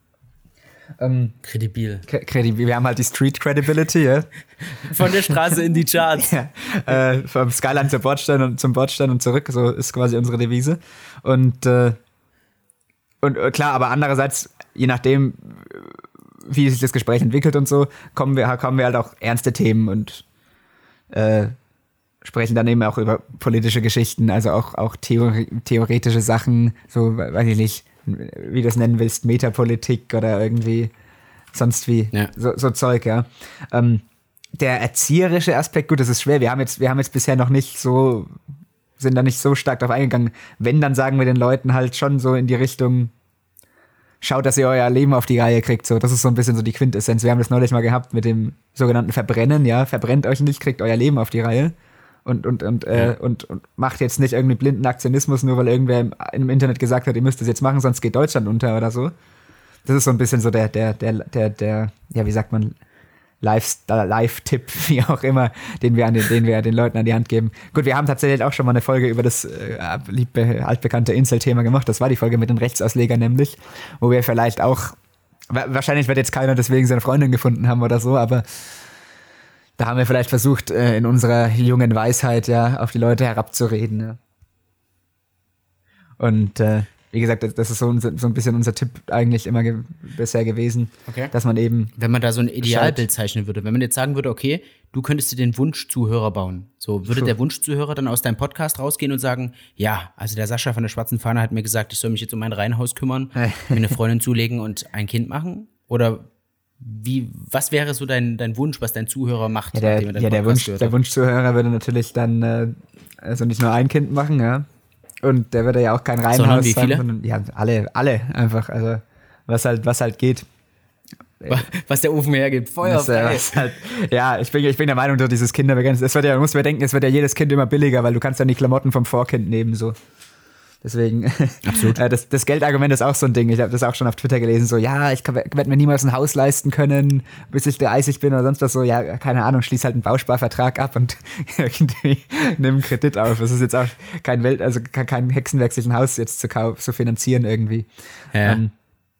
A: Ähm, kredibil.
B: Kredibil, wir haben halt die Street Credibility, ja.
A: Von der Straße in die Charts.
B: Ja, äh, vom Skyline zum Bordstein und zum Bordstein und zurück, so ist quasi unsere Devise. Und, äh, und äh, klar, aber andererseits, je nachdem, wie sich das Gespräch entwickelt und so, kommen wir, kommen wir halt auch ernste Themen und äh, sprechen dann eben auch über politische Geschichten, also auch, auch Theori- theoretische Sachen, so, weiß ich nicht, wie du das nennen willst, Metapolitik oder irgendwie sonst wie, ja. so, so Zeug, ja. Ähm, der erzieherische Aspekt, gut, das ist schwer, wir haben jetzt, wir haben jetzt bisher noch nicht so, sind da nicht so stark drauf eingegangen. Wenn, dann sagen wir den Leuten halt schon so in die Richtung, schaut, dass ihr euer Leben auf die Reihe kriegt, so, das ist so ein bisschen so die Quintessenz. Wir haben das neulich mal gehabt mit dem sogenannten Verbrennen, ja, verbrennt euch nicht, kriegt euer Leben auf die Reihe. Und, und, und, äh, ja. und, und macht jetzt nicht irgendwie blinden Aktionismus, nur weil irgendwer im, im Internet gesagt hat, ihr müsst das jetzt machen, sonst geht Deutschland unter oder so. Das ist so ein bisschen so der, der, der, der, der, ja, wie sagt man, Live-Tipp, wie auch immer, den wir, an den, den wir den Leuten an die Hand geben. Gut, wir haben tatsächlich auch schon mal eine Folge über das äh, altbekannte Incel-Thema gemacht. Das war die Folge mit den Rechtsauslegern nämlich, wo wir vielleicht auch, wahrscheinlich wird jetzt keiner deswegen seine Freundin gefunden haben oder so, aber da haben wir vielleicht versucht, äh, in unserer jungen Weisheit ja auf die Leute herabzureden. Ja. Und äh, wie gesagt, das, das ist so, so ein bisschen unser Tipp eigentlich immer ge- bisher gewesen, okay. Dass man eben,
A: wenn man da so ein Idealbild zeichnen würde, wenn man jetzt sagen würde, okay, du könntest dir den Wunschzuhörer bauen, so würde Puh. der Wunschzuhörer dann aus deinem Podcast rausgehen und sagen, ja, also der Sascha von der Schwarzen Fahne hat mir gesagt, ich soll mich jetzt um mein Reihenhaus kümmern, mir eine Freundin zulegen und ein Kind machen? Oder wie, was wäre so dein, dein Wunsch, was dein Zuhörer macht?
B: Ja, der, ja, der, Wunsch, der Wunschzuhörer würde natürlich dann äh, also nicht nur ein Kind machen, ja. Und der würde ja auch kein Reihenhaus
A: Sondern wie viele?
B: haben. Ja, alle, alle einfach. Also was halt, was halt geht.
A: Was der Ofen hergibt. Feuer
B: das, äh, halt, ja, ich bin, ich bin der Meinung, dass dieses Kinderbegrenzt, es wird ja, man muss bedenken, es wird ja jedes Kind immer billiger, weil du kannst dann die Klamotten vom Vorkind nehmen, so. Deswegen,
A: absolut.
B: das, das Geldargument ist auch so ein Ding. Ich habe das auch schon auf Twitter gelesen, so, ja, ich werde mir niemals ein Haus leisten können, bis ich dreißig bin oder sonst was, so, ja, keine Ahnung, schließ halt einen Bausparvertrag ab und irgendwie nimm einen Kredit auf. Das ist jetzt auch kein Welt, also kein Hexenwerk, sich ein Haus jetzt zu kaufen, zu finanzieren irgendwie.
A: Ja.
B: Ähm,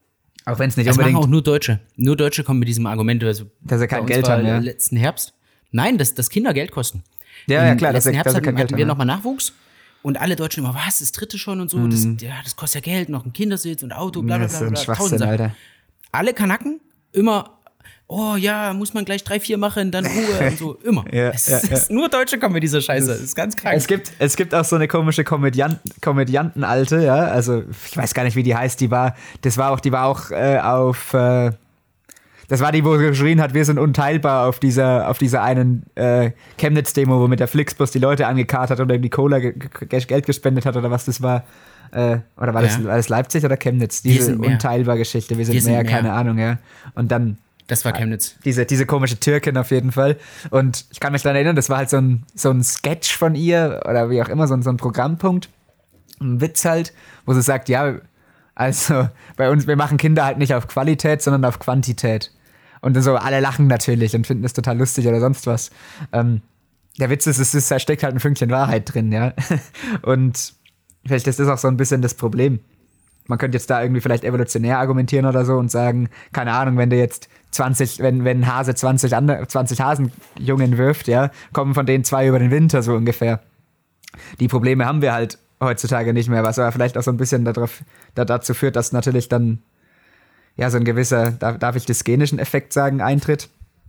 B: Auch wenn es nicht
A: das
B: unbedingt...
A: Das machen auch nur Deutsche. Nur Deutsche kommen mit diesem Argument, also
B: dass sie kein Geld haben, ja.
A: letzten Herbst. Nein, dass, dass Kinder Geld kosten.
B: Ja,
A: Im
B: ja, klar.
A: letzten
B: dass
A: Herbst
B: dass
A: hatten,
B: kein Geld
A: hatten wir
B: haben,
A: nochmal Nachwuchs und alle Deutschen immer, was, das dritte schon und so, mhm. das, ja, das kostet ja Geld, noch ein Kindersitz und Auto, bla bla bla, bla, bla tausend Sachen. Alter. Alle Kanaken immer, oh ja, muss man gleich drei, vier machen, dann Ruhe und so, immer. ja, es, ja, es, ja. Nur Deutsche kommen mit dieser Scheiße, das ist ganz krank.
B: Es gibt, es gibt auch so eine komische Komödiant, Komödiantenalte, ja, also ich weiß gar nicht, wie die heißt, die war, das war auch, die war auch äh, auf, äh, das war die, wo sie geschrien hat, wir sind unteilbar auf dieser, auf dieser einen äh, Chemnitz-Demo, wo mit der Flixbus die Leute angekarrt hat oder die Cola ge- ge- Geld gespendet hat oder was das war. Äh, oder war, ja. das, war das Leipzig oder Chemnitz? Diese Unteilbar-Geschichte, wir sind, wir sind mehr, mehr, keine Ahnung, ja. Und dann
A: das war Chemnitz.
B: Diese, diese komische Türkin auf jeden Fall. Und ich kann mich daran erinnern, das war halt so ein, so ein Sketch von ihr oder wie auch immer, so ein, so ein Programmpunkt. Ein Witz halt, wo sie sagt, ja, also bei uns, wir machen Kinder halt nicht auf Qualität, sondern auf Quantität. Und so, alle lachen natürlich und finden das total lustig oder sonst was. Ähm, der Witz ist, es ist, da steckt halt ein Fünkchen Wahrheit drin, ja. Und vielleicht ist das auch so ein bisschen das Problem. Man könnte jetzt da irgendwie vielleicht evolutionär argumentieren oder so und sagen, keine Ahnung, wenn du jetzt zwanzig, wenn, wenn ein Hase zwanzig, andere, zwanzig Hasenjungen wirft, ja, kommen von denen zwei über den Winter so ungefähr. Die Probleme haben wir halt heutzutage nicht mehr, was aber vielleicht auch so ein bisschen darauf, da, dazu führt, dass natürlich dann ja so ein gewisser, darf, darf ich dysgenischen Effekt sagen, eintritt.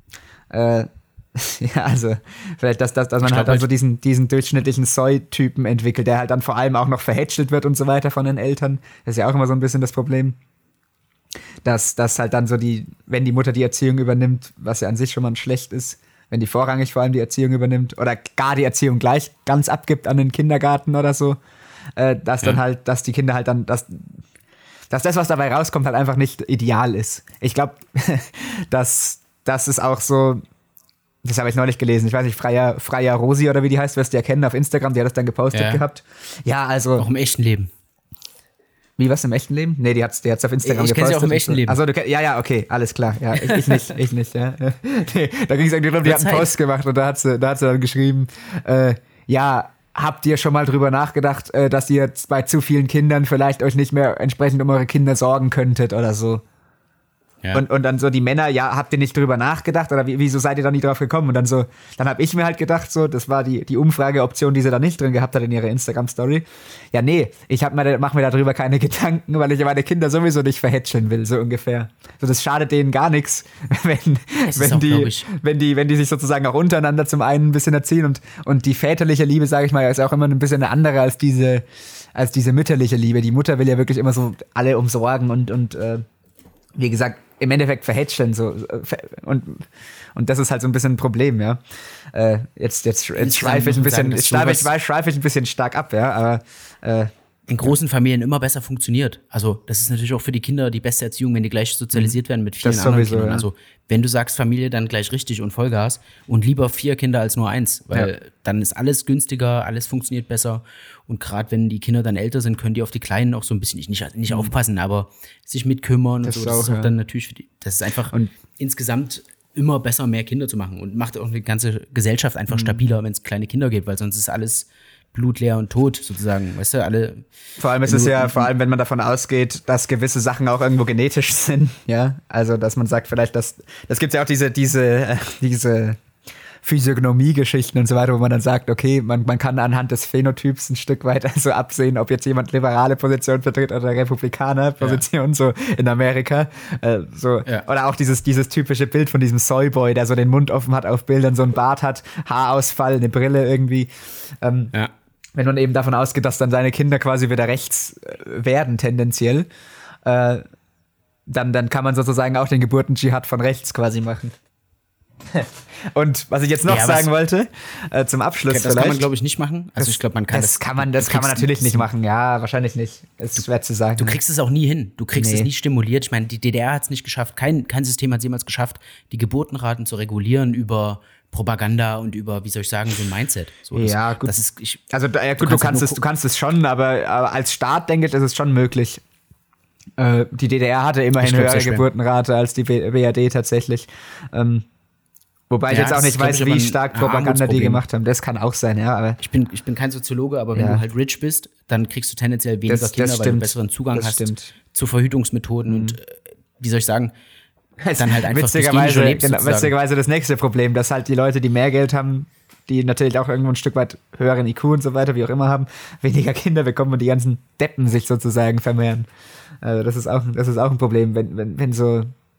B: Äh, ja, also vielleicht, dass, dass, dass man halt dann so diesen, diesen durchschnittlichen Soy-Typen entwickelt, der halt dann vor allem auch noch verhätschelt wird und so weiter von den Eltern. Das ist ja auch immer so ein bisschen das Problem. Dass, dass halt dann so die, wenn die Mutter die Erziehung übernimmt, was ja an sich schon mal schlecht ist, wenn die vorrangig vor allem die Erziehung übernimmt oder gar die Erziehung gleich ganz abgibt an den Kindergarten oder so, äh, dass ja. dann halt, dass die Kinder halt dann, dass, dass das, was dabei rauskommt, halt einfach nicht ideal ist. Ich glaube, dass das ist auch so, das habe ich neulich gelesen, ich weiß nicht, Freya, Freya Rosi oder wie die heißt, wirst du ja kennen auf Instagram, die hat das dann gepostet ja. gehabt. Ja, also.
A: Auch im echten Leben.
B: Wie, was im echten Leben? Nee, die hat's, die hat's auf Instagram
A: ich
B: gepostet.
A: Ich kenne sie auch im echten Leben.
B: Achso, du, ja, ja, okay, alles klar. Ja, ich, ich nicht, ich nicht, ja. Nee, da ging es irgendwie darum, die hat einen Post gemacht und da hat sie, da hat sie dann geschrieben, äh, ja, habt ihr schon mal drüber nachgedacht, äh, dass ihr bei zu vielen Kindern vielleicht euch nicht mehr entsprechend um eure Kinder sorgen könntet oder so? Ja. Und, und dann so die Männer, ja, habt ihr nicht drüber nachgedacht oder wie, wieso seid ihr da nicht drauf gekommen? Und dann so, dann habe ich mir halt gedacht, so, das war die, die Umfrageoption, die sie da nicht drin gehabt hat in ihrer Instagram-Story. Ja, nee, ich hab mir, mach mir darüber keine Gedanken, weil ich meine Kinder sowieso nicht verhätscheln will, so ungefähr. So, das schadet denen gar nichts, wenn, wenn, auch, die, wenn, die, wenn die sich sozusagen auch untereinander zum einen ein bisschen erziehen und, und die väterliche Liebe, sage ich mal, ist auch immer ein bisschen eine andere als diese, als diese mütterliche Liebe. Die Mutter will ja wirklich immer so alle umsorgen und, und äh, wie gesagt, im Endeffekt verhätscheln so und und das ist halt so ein bisschen ein Problem, ja. Äh, jetzt jetzt, jetzt schweife ich ein bisschen, sagen, schweife ich, schweife ich ein bisschen stark ab, ja, aber äh,
A: in großen Familien immer besser funktioniert. Also das ist natürlich auch für die Kinder die beste Erziehung, wenn die gleich sozialisiert werden mit vielen
B: das
A: anderen
B: sowieso,
A: Kindern.
B: Ja.
A: Also wenn du sagst Familie, dann gleich richtig und Vollgas und lieber vier Kinder als nur eins, weil ja. dann ist alles günstiger, alles funktioniert besser und gerade wenn die Kinder dann älter sind, können die auf die Kleinen auch so ein bisschen nicht, nicht, nicht mhm. aufpassen, aber sich mitkümmern das und so. Das ist auch ja. dann natürlich für die, das ist einfach und insgesamt immer besser, mehr Kinder zu machen und macht auch die ganze Gesellschaft einfach mhm. stabiler, wenn es kleine Kinder gibt, weil sonst ist alles blutleer und tot sozusagen, weißt du, alle.
B: Vor allem ist es ja, vor allem wenn man davon ausgeht, dass gewisse Sachen auch irgendwo genetisch sind, ja, also dass man sagt vielleicht, dass, das gibt's ja auch diese, diese, äh, diese Physiognomie-Geschichten und so weiter, wo man dann sagt, okay, man, man kann anhand des Phänotyps ein Stück weit also absehen, ob jetzt jemand liberale Position vertritt oder Republikaner-Position, ja. so in Amerika. Äh, so. Ja. Oder auch dieses, dieses typische Bild von diesem Soyboy, der so den Mund offen hat auf Bildern, so ein Bart hat, Haarausfall, eine Brille irgendwie. Ähm, ja. Wenn man eben davon ausgeht, dass dann seine Kinder quasi wieder rechts werden, tendenziell, äh, dann, dann kann man sozusagen auch den Geburten-Dschihad von rechts quasi machen. Und was ich jetzt noch ja, sagen wollte, äh, zum Abschluss
A: das
B: vielleicht.
A: Das kann man, glaube ich, nicht machen. Also
B: das,
A: ich glaube, man kann
B: das.
A: Das
B: kann man, das kann man natürlich nicht machen. Ja, wahrscheinlich nicht. Es ist schwer zu sagen.
A: Du kriegst es auch nie hin. Du kriegst nee. es nie stimuliert. Ich meine, die D D R hat es nicht geschafft. Kein, kein System hat es jemals geschafft, die Geburtenraten zu regulieren über Propaganda und über, wie soll ich sagen, so ein Mindset. So, das,
B: ja, gut.
A: Das ist, ich,
B: also, ja, gut, du kannst, du kannst, es, du kannst es schon, aber, aber als Staat, denke ich, ist es schon möglich. Äh, die D D R hatte immerhin glaub, höhere Geburtenrate als die B R D tatsächlich. Ähm, Wobei ja, ich jetzt auch nicht weiß, wie stark Propaganda die gemacht haben. Das kann auch sein, ja. Aber
A: ich bin, ich bin kein Soziologe, aber wenn ja. du halt rich bist, dann kriegst du tendenziell weniger das, Kinder, das weil du besseren Zugang das hast stimmt. zu Verhütungsmethoden. Mhm. Und wie soll ich sagen, dann halt einfach
B: witzigerweise, lebst, genau, witzigerweise das nächste Problem, dass halt die Leute, die mehr Geld haben, die natürlich auch irgendwo ein Stück weit höheren I Q und so weiter, wie auch immer haben, weniger Kinder bekommen und die ganzen Deppen sich sozusagen vermehren. Also das ist auch, das ist auch ein Problem, wenn, wenn, wenn so.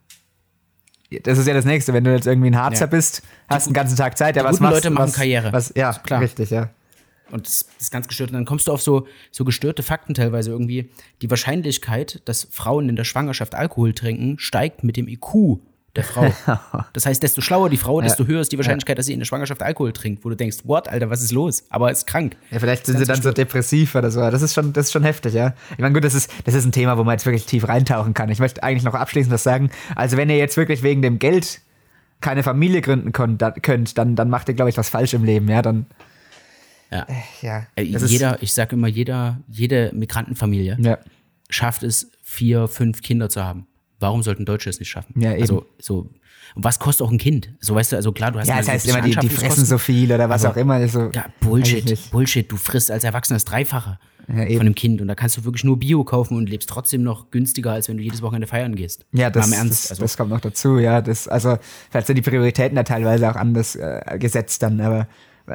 B: Das ist ja das Nächste, wenn du jetzt irgendwie ein Harzer ja. bist, hast die, den ganzen Tag Zeit, ja, was machst du?
A: Leute machen
B: was,
A: Karriere.
B: Was, ja, klar. Richtig, ja.
A: Und das, das ist ganz gestört. Und dann kommst du auf so, so gestörte Fakten teilweise irgendwie. Die Wahrscheinlichkeit, dass Frauen in der Schwangerschaft Alkohol trinken, steigt mit dem I Q der Frau. Das heißt, desto schlauer die Frau, desto ja. höher ist die Wahrscheinlichkeit, ja. dass sie in der Schwangerschaft Alkohol trinkt, wo du denkst, what, Alter, was ist los? Aber ist krank.
B: Ja, vielleicht sind sie dann gestört. So depressiv oder so. Das ist schon, das ist schon heftig, ja. Ich meine, gut, das ist, das ist ein Thema, wo man jetzt wirklich tief reintauchen kann. Ich möchte eigentlich noch abschließend was sagen. Also, wenn ihr jetzt wirklich wegen dem Geld keine Familie gründen könnt, dann, dann macht ihr, glaube ich, was falsch im Leben, ja, dann
A: ja.
B: Äh, ja
A: äh, jeder, ich sage immer, jeder, jede Migrantenfamilie
B: ja.
A: schafft es, vier, fünf Kinder zu haben. Warum sollten Deutsche es nicht schaffen?
B: Ja, eben.
A: Also, so, und was kostet auch ein Kind? So, weißt du, also klar, du hast
B: ja, das heißt immer, die, die fressen so viel oder was auch immer. So,
A: ja, Bullshit, Bullshit. Du frisst als Erwachsener das Dreifache ja, von einem Kind und da kannst du wirklich nur Bio kaufen und lebst trotzdem noch günstiger, als wenn du jedes Wochenende feiern gehst.
B: Ja, das,
A: Ernst,
B: das,
A: also.
B: das kommt noch dazu, ja. Das, also, vielleicht sind die Prioritäten da teilweise auch anders äh, gesetzt dann, aber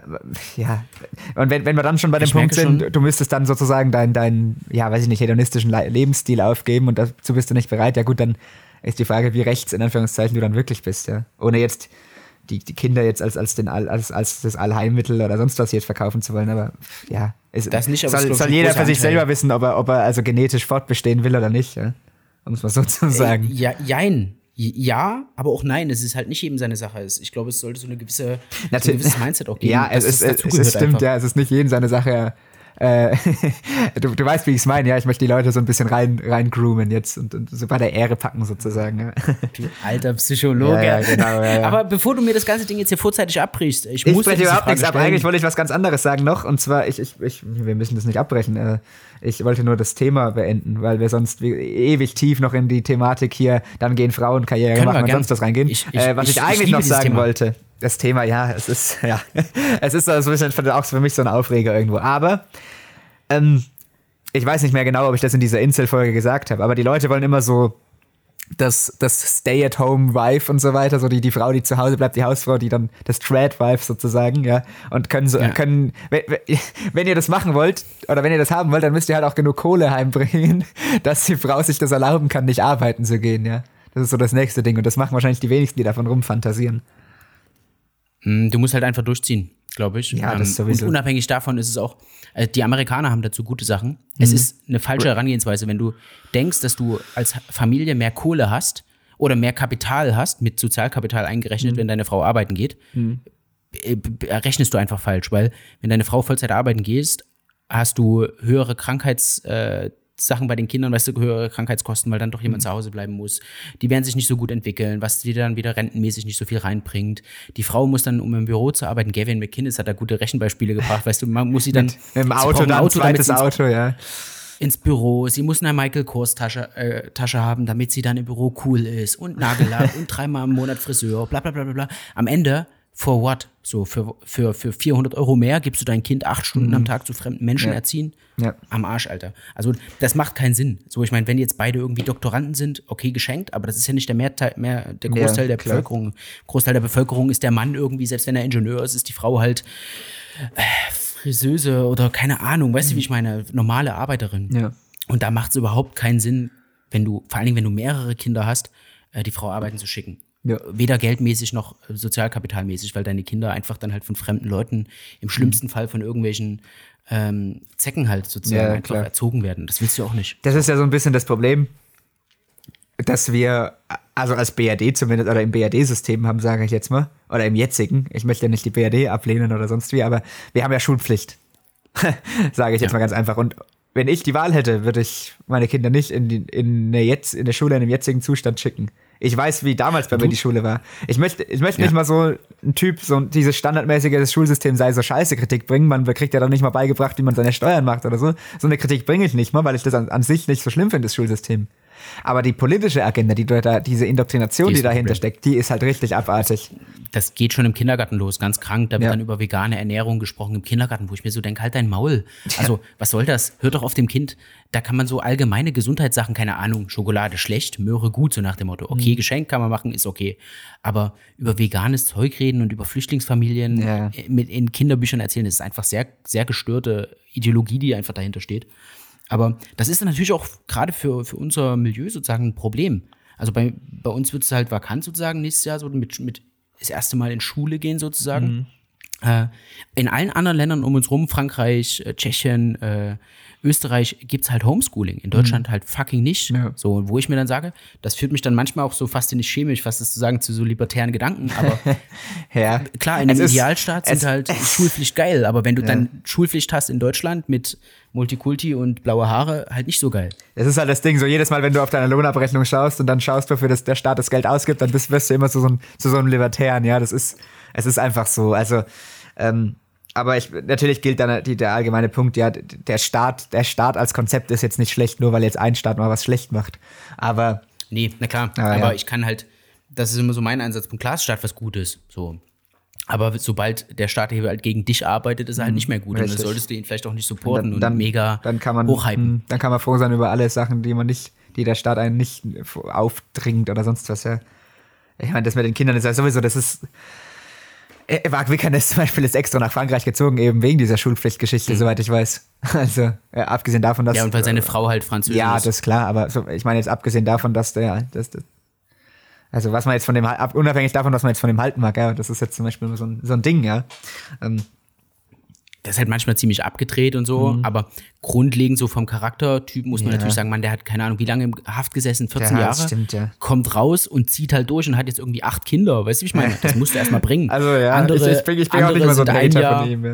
B: ja. Und wenn, wenn wir dann schon bei dem ich Punkt sind, schon, du müsstest dann sozusagen deinen, dein, ja, weiß ich nicht, hedonistischen Lebensstil aufgeben und dazu bist du nicht bereit, ja gut, dann ist die Frage, wie rechts in Anführungszeichen du dann wirklich bist, ja. Ohne jetzt die, die Kinder jetzt als, als, den All, als, als das Allheilmittel oder sonst was jetzt verkaufen zu wollen, aber ja. Es,
A: das nicht, aber
B: soll, soll jeder für sich Anteil. selber wissen, ob er, ob er also genetisch fortbestehen will oder nicht, ja. Um es mal so zu sagen.
A: Äh, ja, jein. Ja, aber auch nein, es ist halt nicht jedem seine Sache. Ich glaube, es sollte so eine gewisse, so ein gewisses Mindset auch geben.
B: Ja, es, ist, es, es stimmt, einfach. ja, es ist nicht jedem seine Sache. Äh, du, du weißt, wie ich es meine, ja, ich möchte die Leute so ein bisschen rein, rein groomen jetzt und, und so bei der Ehre packen sozusagen. Ja.
A: Du alter Psychologe.
B: Ja, ja, genau, ja, ja.
A: Aber bevor du mir das ganze Ding jetzt hier vorzeitig abbrichst, ich,
B: ich
A: muss
B: spreche überhaupt nichts ab. Eigentlich wollte ich was ganz anderes sagen noch und zwar, ich, ich, ich, wir müssen das nicht abbrechen. Ich wollte nur das Thema beenden, weil wir sonst ewig tief noch in die Thematik hier, dann gehen Frauen Karriere
A: Können
B: machen und sonst was reingehen. Ich, ich, äh, was ich, ich eigentlich ich noch sagen Thema. wollte, das Thema, ja, es ist, ja, es ist also ein bisschen auch für mich so ein Aufreger irgendwo. Aber ähm, ich weiß nicht mehr genau, ob ich das in dieser Incel-Folge gesagt habe, aber die Leute wollen immer so das, das Stay-at-home-Wife und so weiter, so die, die Frau, die zu Hause bleibt, die Hausfrau, die dann das Trad-Wife sozusagen, ja, und können so, ja. können, wenn, wenn ihr das machen wollt, oder wenn ihr das haben wollt, dann müsst ihr halt auch genug Kohle heimbringen, dass die Frau sich das erlauben kann, nicht arbeiten zu gehen, ja. Das ist so das nächste Ding und das machen wahrscheinlich die wenigsten, die davon rumfantasieren.
A: Du musst halt einfach durchziehen, glaube ich.
B: Ja, das sowieso.
A: Und unabhängig davon ist es auch, äh, die Amerikaner haben dazu gute Sachen. Mhm. Es ist eine falsche Herangehensweise, wenn du denkst, dass du als Familie mehr Kohle hast oder mehr Kapital hast, mit Sozialkapital eingerechnet, mhm. wenn deine Frau arbeiten geht, mhm. rechnest du einfach falsch, weil wenn deine Frau Vollzeit arbeiten gehst, hast du höhere Krankheits äh, Sachen bei den Kindern, weißt du, höhere Krankheitskosten, weil dann doch jemand mhm. zu Hause bleiben muss. Die werden sich nicht so gut entwickeln, was dir dann wieder rentenmäßig nicht so viel reinbringt. Die Frau muss dann, um im Büro zu arbeiten, Gavin McInnes hat da gute Rechenbeispiele gebracht, weißt du, man muss sie dann...
B: Mit, mit dem Auto, dann ein Auto, zweites ins, Auto, ja.
A: Ins Büro, sie muss eine Michael Kors Tasche, äh, Tasche haben, damit sie dann im Büro cool ist und Nagellack und dreimal im Monat Friseur, bla bla bla bla bla. Am Ende, for what? So, für, für, für vierhundert Euro mehr gibst du dein Kind acht Stunden mhm. am Tag zu fremden Menschen ja. erziehen?
B: Ja.
A: Am Arsch, Alter. Also, das macht keinen Sinn. So, ich meine, wenn jetzt beide irgendwie Doktoranden sind, okay, geschenkt, aber das ist ja nicht der Mehrteil, mehr, der Großteil ja, der klar. Bevölkerung. Großteil der Bevölkerung ist der Mann irgendwie, selbst wenn er Ingenieur ist, ist die Frau halt äh, Friseuse oder keine Ahnung, weißt mhm. du, wie ich meine, normale Arbeiterin.
B: Ja.
A: Und da macht es überhaupt keinen Sinn, wenn du, vor allen Dingen, wenn du mehrere Kinder hast, äh, die Frau arbeiten zu schicken. Ja. Weder geldmäßig noch sozialkapitalmäßig, weil deine Kinder einfach dann halt von fremden Leuten, im schlimmsten mhm. Fall von irgendwelchen ähm, Zecken halt sozusagen ja, einfach klar. erzogen werden. Das willst du auch nicht.
B: Das ist ja so ein bisschen das Problem, dass wir, also als B R D zumindest, oder im B R D-System haben, sage ich jetzt mal, oder im jetzigen, ich möchte ja nicht die B R D ablehnen oder sonst wie, aber wir haben ja Schulpflicht. Sage ich jetzt ja. mal ganz einfach. Und wenn ich die Wahl hätte, würde ich meine Kinder nicht in, die, in, der, jetzt, in der Schule in dem jetzigen Zustand schicken. Ich weiß, wie damals bei du? mir die Schule war. Ich möchte, ich möchte ja. nicht mal so ein Typ, so dieses standardmäßige, das Schulsystem sei so scheiße Kritik bringen. Man kriegt ja doch nicht mal beigebracht, wie man seine Steuern macht oder so. So eine Kritik bringe ich nicht mal, weil ich das an, an sich nicht so schlimm finde, das Schulsystem. Aber die politische Agenda, die da, diese Indoktrination, die,
A: Die ist ein
B: dahinter
A: Problem.
B: steckt, die ist halt richtig abartig.
A: Das geht schon im Kindergarten los, ganz krank. Da wird
B: Ja.
A: dann über vegane Ernährung gesprochen im Kindergarten, wo ich mir so denke, halt dein Maul. Also, was soll das? Hör doch auf dem Kind. Da kann man so allgemeine Gesundheitssachen, keine Ahnung, Schokolade schlecht, Möhre gut, so nach dem Motto. Okay,
B: Mhm.
A: Geschenk kann man machen, ist okay. Aber über veganes Zeug reden und über Flüchtlingsfamilien
B: Ja.
A: äh, mit in Kinderbüchern erzählen, das ist einfach sehr, sehr gestörte Ideologie, die einfach dahinter steht. Aber das ist natürlich auch gerade für, für unser Milieu sozusagen ein Problem. Also bei, bei uns wird es halt vakant sozusagen nächstes Jahr so mit, mit das erste Mal in Schule gehen sozusagen. Mhm. Äh, in allen anderen Ländern um uns rum, Frankreich, äh, Tschechien, äh, Österreich, gibt's halt Homeschooling. In Deutschland halt fucking nicht.
B: Ja.
A: So, wo ich mir dann sage, das führt mich dann manchmal auch so fast in die Chemie, fast das zu sagen, zu so libertären Gedanken. Aber
B: Ja.
A: klar, in
B: Es
A: einem
B: ist-
A: Idealstaat sind
B: es-
A: halt Schulpflicht geil. Aber wenn du dann Schulpflicht hast in Deutschland mit Multikulti und blaue Haare, halt nicht so geil.
B: Das ist halt das Ding, so jedes Mal, wenn du auf deine Lohnabrechnung schaust und dann schaust, wofür das, der Staat das Geld ausgibt, dann bist, wirst du immer zu so, ein, zu so einem Libertären, ja, das ist, es ist einfach so, also, ähm, aber ich, natürlich gilt dann die, der allgemeine Punkt, ja, der Staat, der Staat als Konzept ist jetzt nicht schlecht, nur weil jetzt ein Staat mal was schlecht macht, aber
A: Nee, na klar.
B: Ah,
A: aber
B: ja.
A: ich kann halt, das ist immer so mein Ansatzpunkt. Klar ist Staat was Gutes, so. Aber sobald der Staat hier halt gegen dich arbeitet, ist er halt nicht mehr gut. Und
B: richtig.
A: dann solltest du ihn vielleicht auch nicht supporten
B: dann,
A: und mega
B: dann kann man,
A: hochhypen.
B: mh, dann kann man froh sein über alle Sachen, die man nicht, die der Staat einen nicht aufdringt oder sonst was, ja. Ich meine, das mit den Kindern ist ja sowieso, das ist, äh, Mark Wickern ist zum Beispiel jetzt extra nach Frankreich gezogen, eben wegen dieser Schulpflichtgeschichte, soweit ich weiß. Also, äh, abgesehen davon, dass.
A: Ja, und weil seine Frau halt Französin
B: Ja,
A: ist.
B: das ist klar, aber so, ich meine jetzt abgesehen davon, dass der, dass, das, also was man jetzt von dem, ab, unabhängig davon, was man jetzt von dem halten mag, ja, das ist jetzt zum Beispiel so ein, so ein Ding, ja. Ähm,
A: Der ist halt manchmal ziemlich abgedreht und so, aber grundlegend so vom Charaktertyp muss man
B: Mhm. Ja.
A: natürlich sagen, man, der hat keine Ahnung, wie lange im Haft gesessen, vierzehn
B: Ja, das
A: Jahre,
B: stimmt, ja.
A: kommt raus und zieht halt durch und hat jetzt irgendwie acht Kinder, weißt du, wie ich meine? Das musst du erstmal bringen.
B: also ja,
A: andere,
B: ich, ich bin, ich bin auch
A: andere
B: nicht mal so ein
A: sind ein
B: Hater
A: Jahr-
B: von ihm, ja.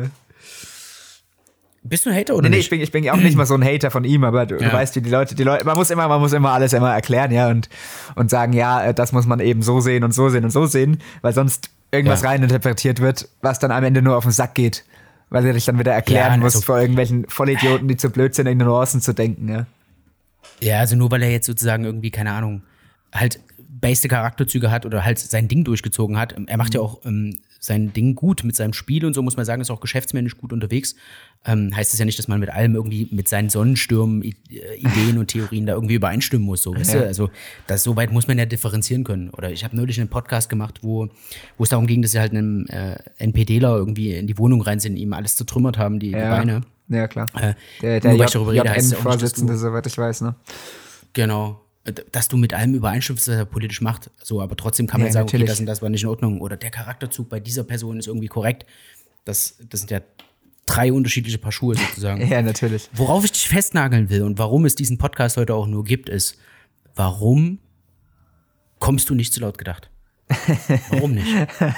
A: Bist du ein Hater oder
B: Nee, nee,
A: nicht?
B: ich bin, ich bin auch nicht mal so ein Hater von ihm, aber du,
A: Ja.
B: du weißt, wie die Leute, die Leute, man muss immer, man muss immer alles immer erklären, ja, und, und sagen, ja, äh, das muss man eben so sehen und so sehen und so sehen, weil sonst irgendwas
A: Ja.
B: reininterpretiert wird, was dann am Ende nur auf den Sack geht. Weil er dich dann wieder erklären
A: Ja,
B: muss
A: also-
B: vor irgendwelchen Vollidioten, die zu blöd sind, in Nuancen zu denken, ja.
A: Ja, also nur weil er jetzt sozusagen irgendwie, keine Ahnung, halt beste Charakterzüge hat oder halt sein Ding durchgezogen hat. Er macht ja auch ähm, sein Ding gut mit seinem Spiel und so, muss man sagen, ist auch geschäftsmännisch gut unterwegs. Ähm, heißt es ja nicht, dass man mit allem irgendwie, mit seinen Sonnenstürmen, I- äh, Ideen und Theorien da irgendwie übereinstimmen muss. So, weißt
B: Ja.
A: du? Also das, so weit muss man ja differenzieren können. Oder ich habe neulich einen Podcast gemacht, wo, wo es darum ging, dass sie halt einem äh, NPDler irgendwie in die Wohnung rein sind, ihm alles zertrümmert haben, die, die
B: Ja,
A: Beine.
B: ja klar.
A: Äh,
B: Der, der
A: nur weil
B: J-
A: ich darüber rede, heißt es ja auch nicht, dass du-
B: J N-Vorsitzende, soweit ich weiß, ne?
A: Genau. Dass du mit allem übereinstimmst, was er politisch macht. So, aber trotzdem kann man
B: Ja,
A: sagen,
B: natürlich.
A: okay, das und das war nicht in Ordnung. Oder der Charakterzug bei dieser Person ist irgendwie korrekt. Das, das sind ja drei unterschiedliche Paar Schuhe sozusagen.
B: Ja, natürlich.
A: Worauf ich dich festnageln will und warum es diesen Podcast heute auch nur gibt, ist, warum kommst du nicht zu laut gedacht? Warum nicht?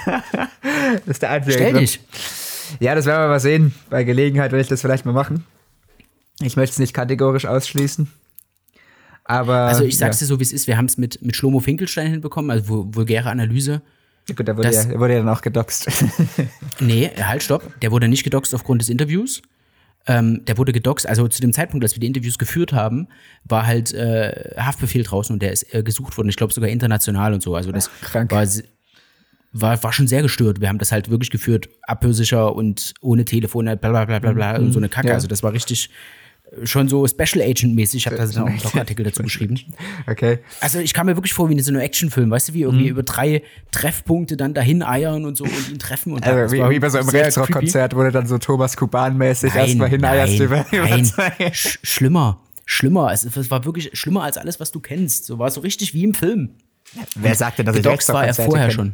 B: Das ist der einzige
A: Stell
B: Grund.
A: dich.
B: Ja, das werden wir mal sehen. Bei Gelegenheit werde ich das vielleicht mal machen. Ich möchte es nicht kategorisch ausschließen. Aber.
A: Also ich sag's
B: ja.
A: dir so, wie es ist. Wir haben es mit, mit Schlomo Finkelstein hinbekommen, also vul- vulgäre Analyse.
B: Ja, gut, der wurde,
A: das-
B: ja, der wurde ja dann auch gedoxt.
A: Nee, halt, stopp. Der wurde nicht gedoxt aufgrund des Interviews. Ähm, der wurde gedoxt, also zu dem Zeitpunkt, als wir die Interviews geführt haben, war halt äh, Haftbefehl draußen und der ist äh, gesucht worden. Ich glaube sogar international und so. Also das
B: krank.
A: war, se- war, war schon sehr gestört. Wir haben das halt wirklich geführt, abhörsicher und ohne Telefon, bla bla bla bla bla und so eine Kacke.
B: Ja.
A: Also das war richtig äh, schon so Special Agent-mäßig. Ich habe da dann auch einen Blogartikel dazu geschrieben.
B: Okay.
A: Also ich kam mir wirklich vor wie in so einem Actionfilm, weißt du, wie irgendwie
B: Mhm.
A: über drei Treffpunkte dann dahin eiern und so und ihn treffen. Und das
B: Also wie,
A: war
B: wie bei so einem
A: sehr
B: Rechtsrock-Konzert, wo du dann so Thomas Kuban-mäßig erstmal hineierst
A: nein,
B: über, über
A: nein.
B: zwei.
A: Sch schlimmer, schlimmer. Es, es war wirklich schlimmer als alles, was du kennst. So war so richtig wie im Film.
B: Wer sagt denn, dass ich
A: Gedoxt war er
B: Rechtsrock-Konzerte
A: vorher
B: kenne?
A: schon.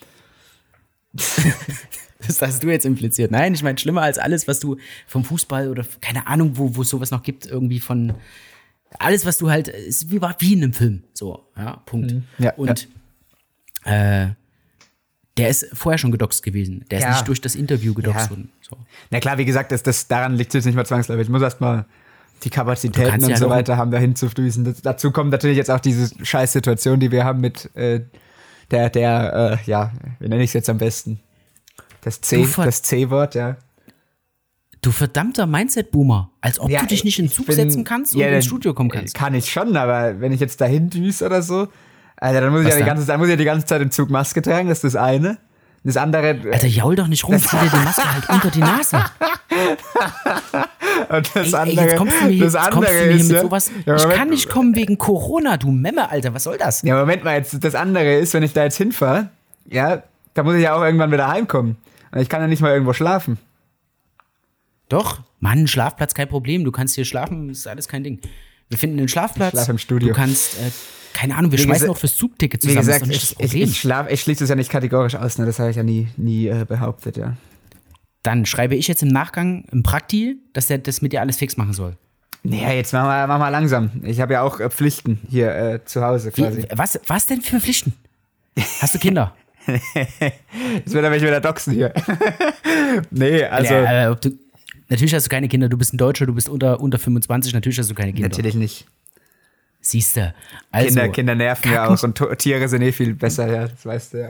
A: Das hast du jetzt impliziert. Nein, ich meine, schlimmer als alles, was du vom Fußball oder keine Ahnung, wo wo es sowas noch gibt, irgendwie von alles, was du halt, ist wie, war wie in einem Film. So, ja, Punkt.
B: Ja,
A: Und äh, der ist vorher schon gedoxt gewesen. Der ist
B: Ja.
A: nicht durch das Interview gedoxt
B: Ja.
A: worden. So.
B: Na klar, wie gesagt, das, das, daran liegt es jetzt nicht mal zwangsläufig. Ich muss erstmal die
A: Du
B: Kapazitäten
A: kannst
B: und
A: ja
B: so
A: noch-
B: weiter haben, dahin zu fließen. Das, dazu kommt natürlich jetzt auch diese scheiß Situation, die wir haben mit äh, der, der, äh, ja, wie nenne ich es jetzt am besten? Das C,
A: Du ver-
B: das C-Wort, ja.
A: Du verdammter Mindset-Boomer. Als ob
B: Ja,
A: du dich nicht in den
B: ich
A: Zug
B: bin-
A: setzen kannst und
B: ja,
A: ins
B: dann-
A: Studio kommen kannst.
B: Kann ich schon, aber wenn ich jetzt dahin düse oder so, Alter, dann muss ich
A: Was
B: ja die
A: dann?
B: ganze, dann muss ich ja die ganze Zeit im Zug Maske tragen, das ist das eine. Das andere. äh,
A: Alter, jaul doch nicht rum, zieh dir die Maske halt unter die Nase.
B: und das
A: Ey,
B: andere,
A: ey, jetzt kommst du mir, hier-
B: das
A: jetzt
B: andere
A: kommst du mir hier
B: ist
A: mit
B: ja,
A: sowas.
B: Ja,
A: ich
B: Moment,
A: kann nicht kommen wegen Corona, du Memme, Alter, was soll das?
B: Ja, Moment mal, jetzt, das andere ist, wenn ich da jetzt hinfahre, ja, da muss ich ja auch irgendwann wieder heimkommen. Und ich kann ja nicht mal irgendwo schlafen.
A: Doch, Mann, Schlafplatz, kein Problem. Du kannst hier schlafen, ist alles kein Ding. Wir finden einen Schlafplatz.
B: Ich schlaf im Studio.
A: Du kannst, äh, keine Ahnung, wir
B: Wie
A: schmeißen
B: gesa-
A: auch fürs Zugticket
B: Wie
A: zusammen.
B: gesagt,
A: das ist
B: ich,
A: doch nicht das
B: ich,
A: Problem.
B: ich, schlaf, ich schließe das ja nicht kategorisch aus, ne? Das habe ich ja nie, nie äh, behauptet, ja.
A: Dann schreibe ich jetzt im Nachgang im Prakti, dass der das mit dir alles fix machen soll.
B: Naja, jetzt machen wir, machen wir langsam. Ich habe ja auch äh, Pflichten hier äh, zu Hause quasi.
A: Wie, was, was denn für Pflichten? Hast du Kinder?
B: Jetzt wird er mich wieder doxen hier. nee, also.
A: ja, äh, ob du, natürlich hast du keine Kinder. Du bist ein Deutscher, du bist unter, unter fünfundzwanzig. Natürlich hast du keine Kinder.
B: Natürlich nicht.
A: Siehst du. Also,
B: Kinder, Kinder nerven ja
A: Kacken-
B: auch und to- Tiere sind eh viel besser, ja, das weißt du ja.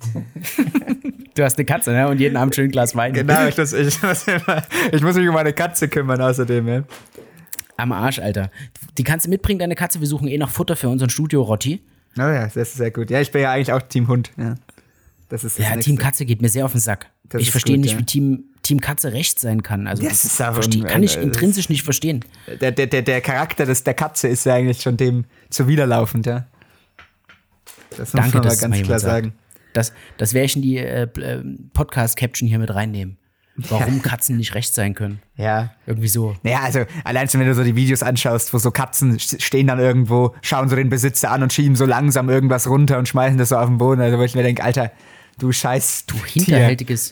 A: Du hast eine Katze, ne? Und jeden Abend schön ein Glas Wein.
B: Genau, ich, das, ich, muss immer, ich muss mich um meine Katze kümmern außerdem, ja.
A: Am Arsch, Alter. Die kannst du mitbringen, deine Katze. Wir suchen eh noch Futter für unseren Studio-Rotti.
B: Oh ja, das ist sehr gut. Ja, ich bin ja eigentlich auch Team Hund, ja. Das ist das
A: Ja,
B: Nächste.
A: Team Katze geht mir sehr auf den Sack.
B: Das
A: ich
B: ist
A: verstehe
B: gut,
A: nicht,
B: ja.
A: wie Team, Team Katze recht sein kann. Also
B: Das ist auch
A: versteh,
B: ein-
A: kann ich
B: äh,
A: intrinsisch nicht verstehen.
B: Der, der, der, der Charakter des, der Katze ist ja eigentlich schon dem zuwiderlaufend, ja. Das muss
A: Danke,
B: man mal
A: dass es mal
B: ganz
A: jemand
B: klar
A: sagt.
B: sagen.
A: Das, das werde ich in die äh, äh, Podcast-Caption hier mit reinnehmen. Warum Katzen nicht recht sein können.
B: Ja.
A: Irgendwie so.
B: Naja, also allein schon, wenn du so die Videos anschaust, wo so Katzen st- stehen dann irgendwo, schauen so den Besitzer an und schieben so langsam irgendwas runter und schmeißen das so auf den Boden. Also wo ich mir denke, Alter, du scheiß
A: Du hinterhältiges.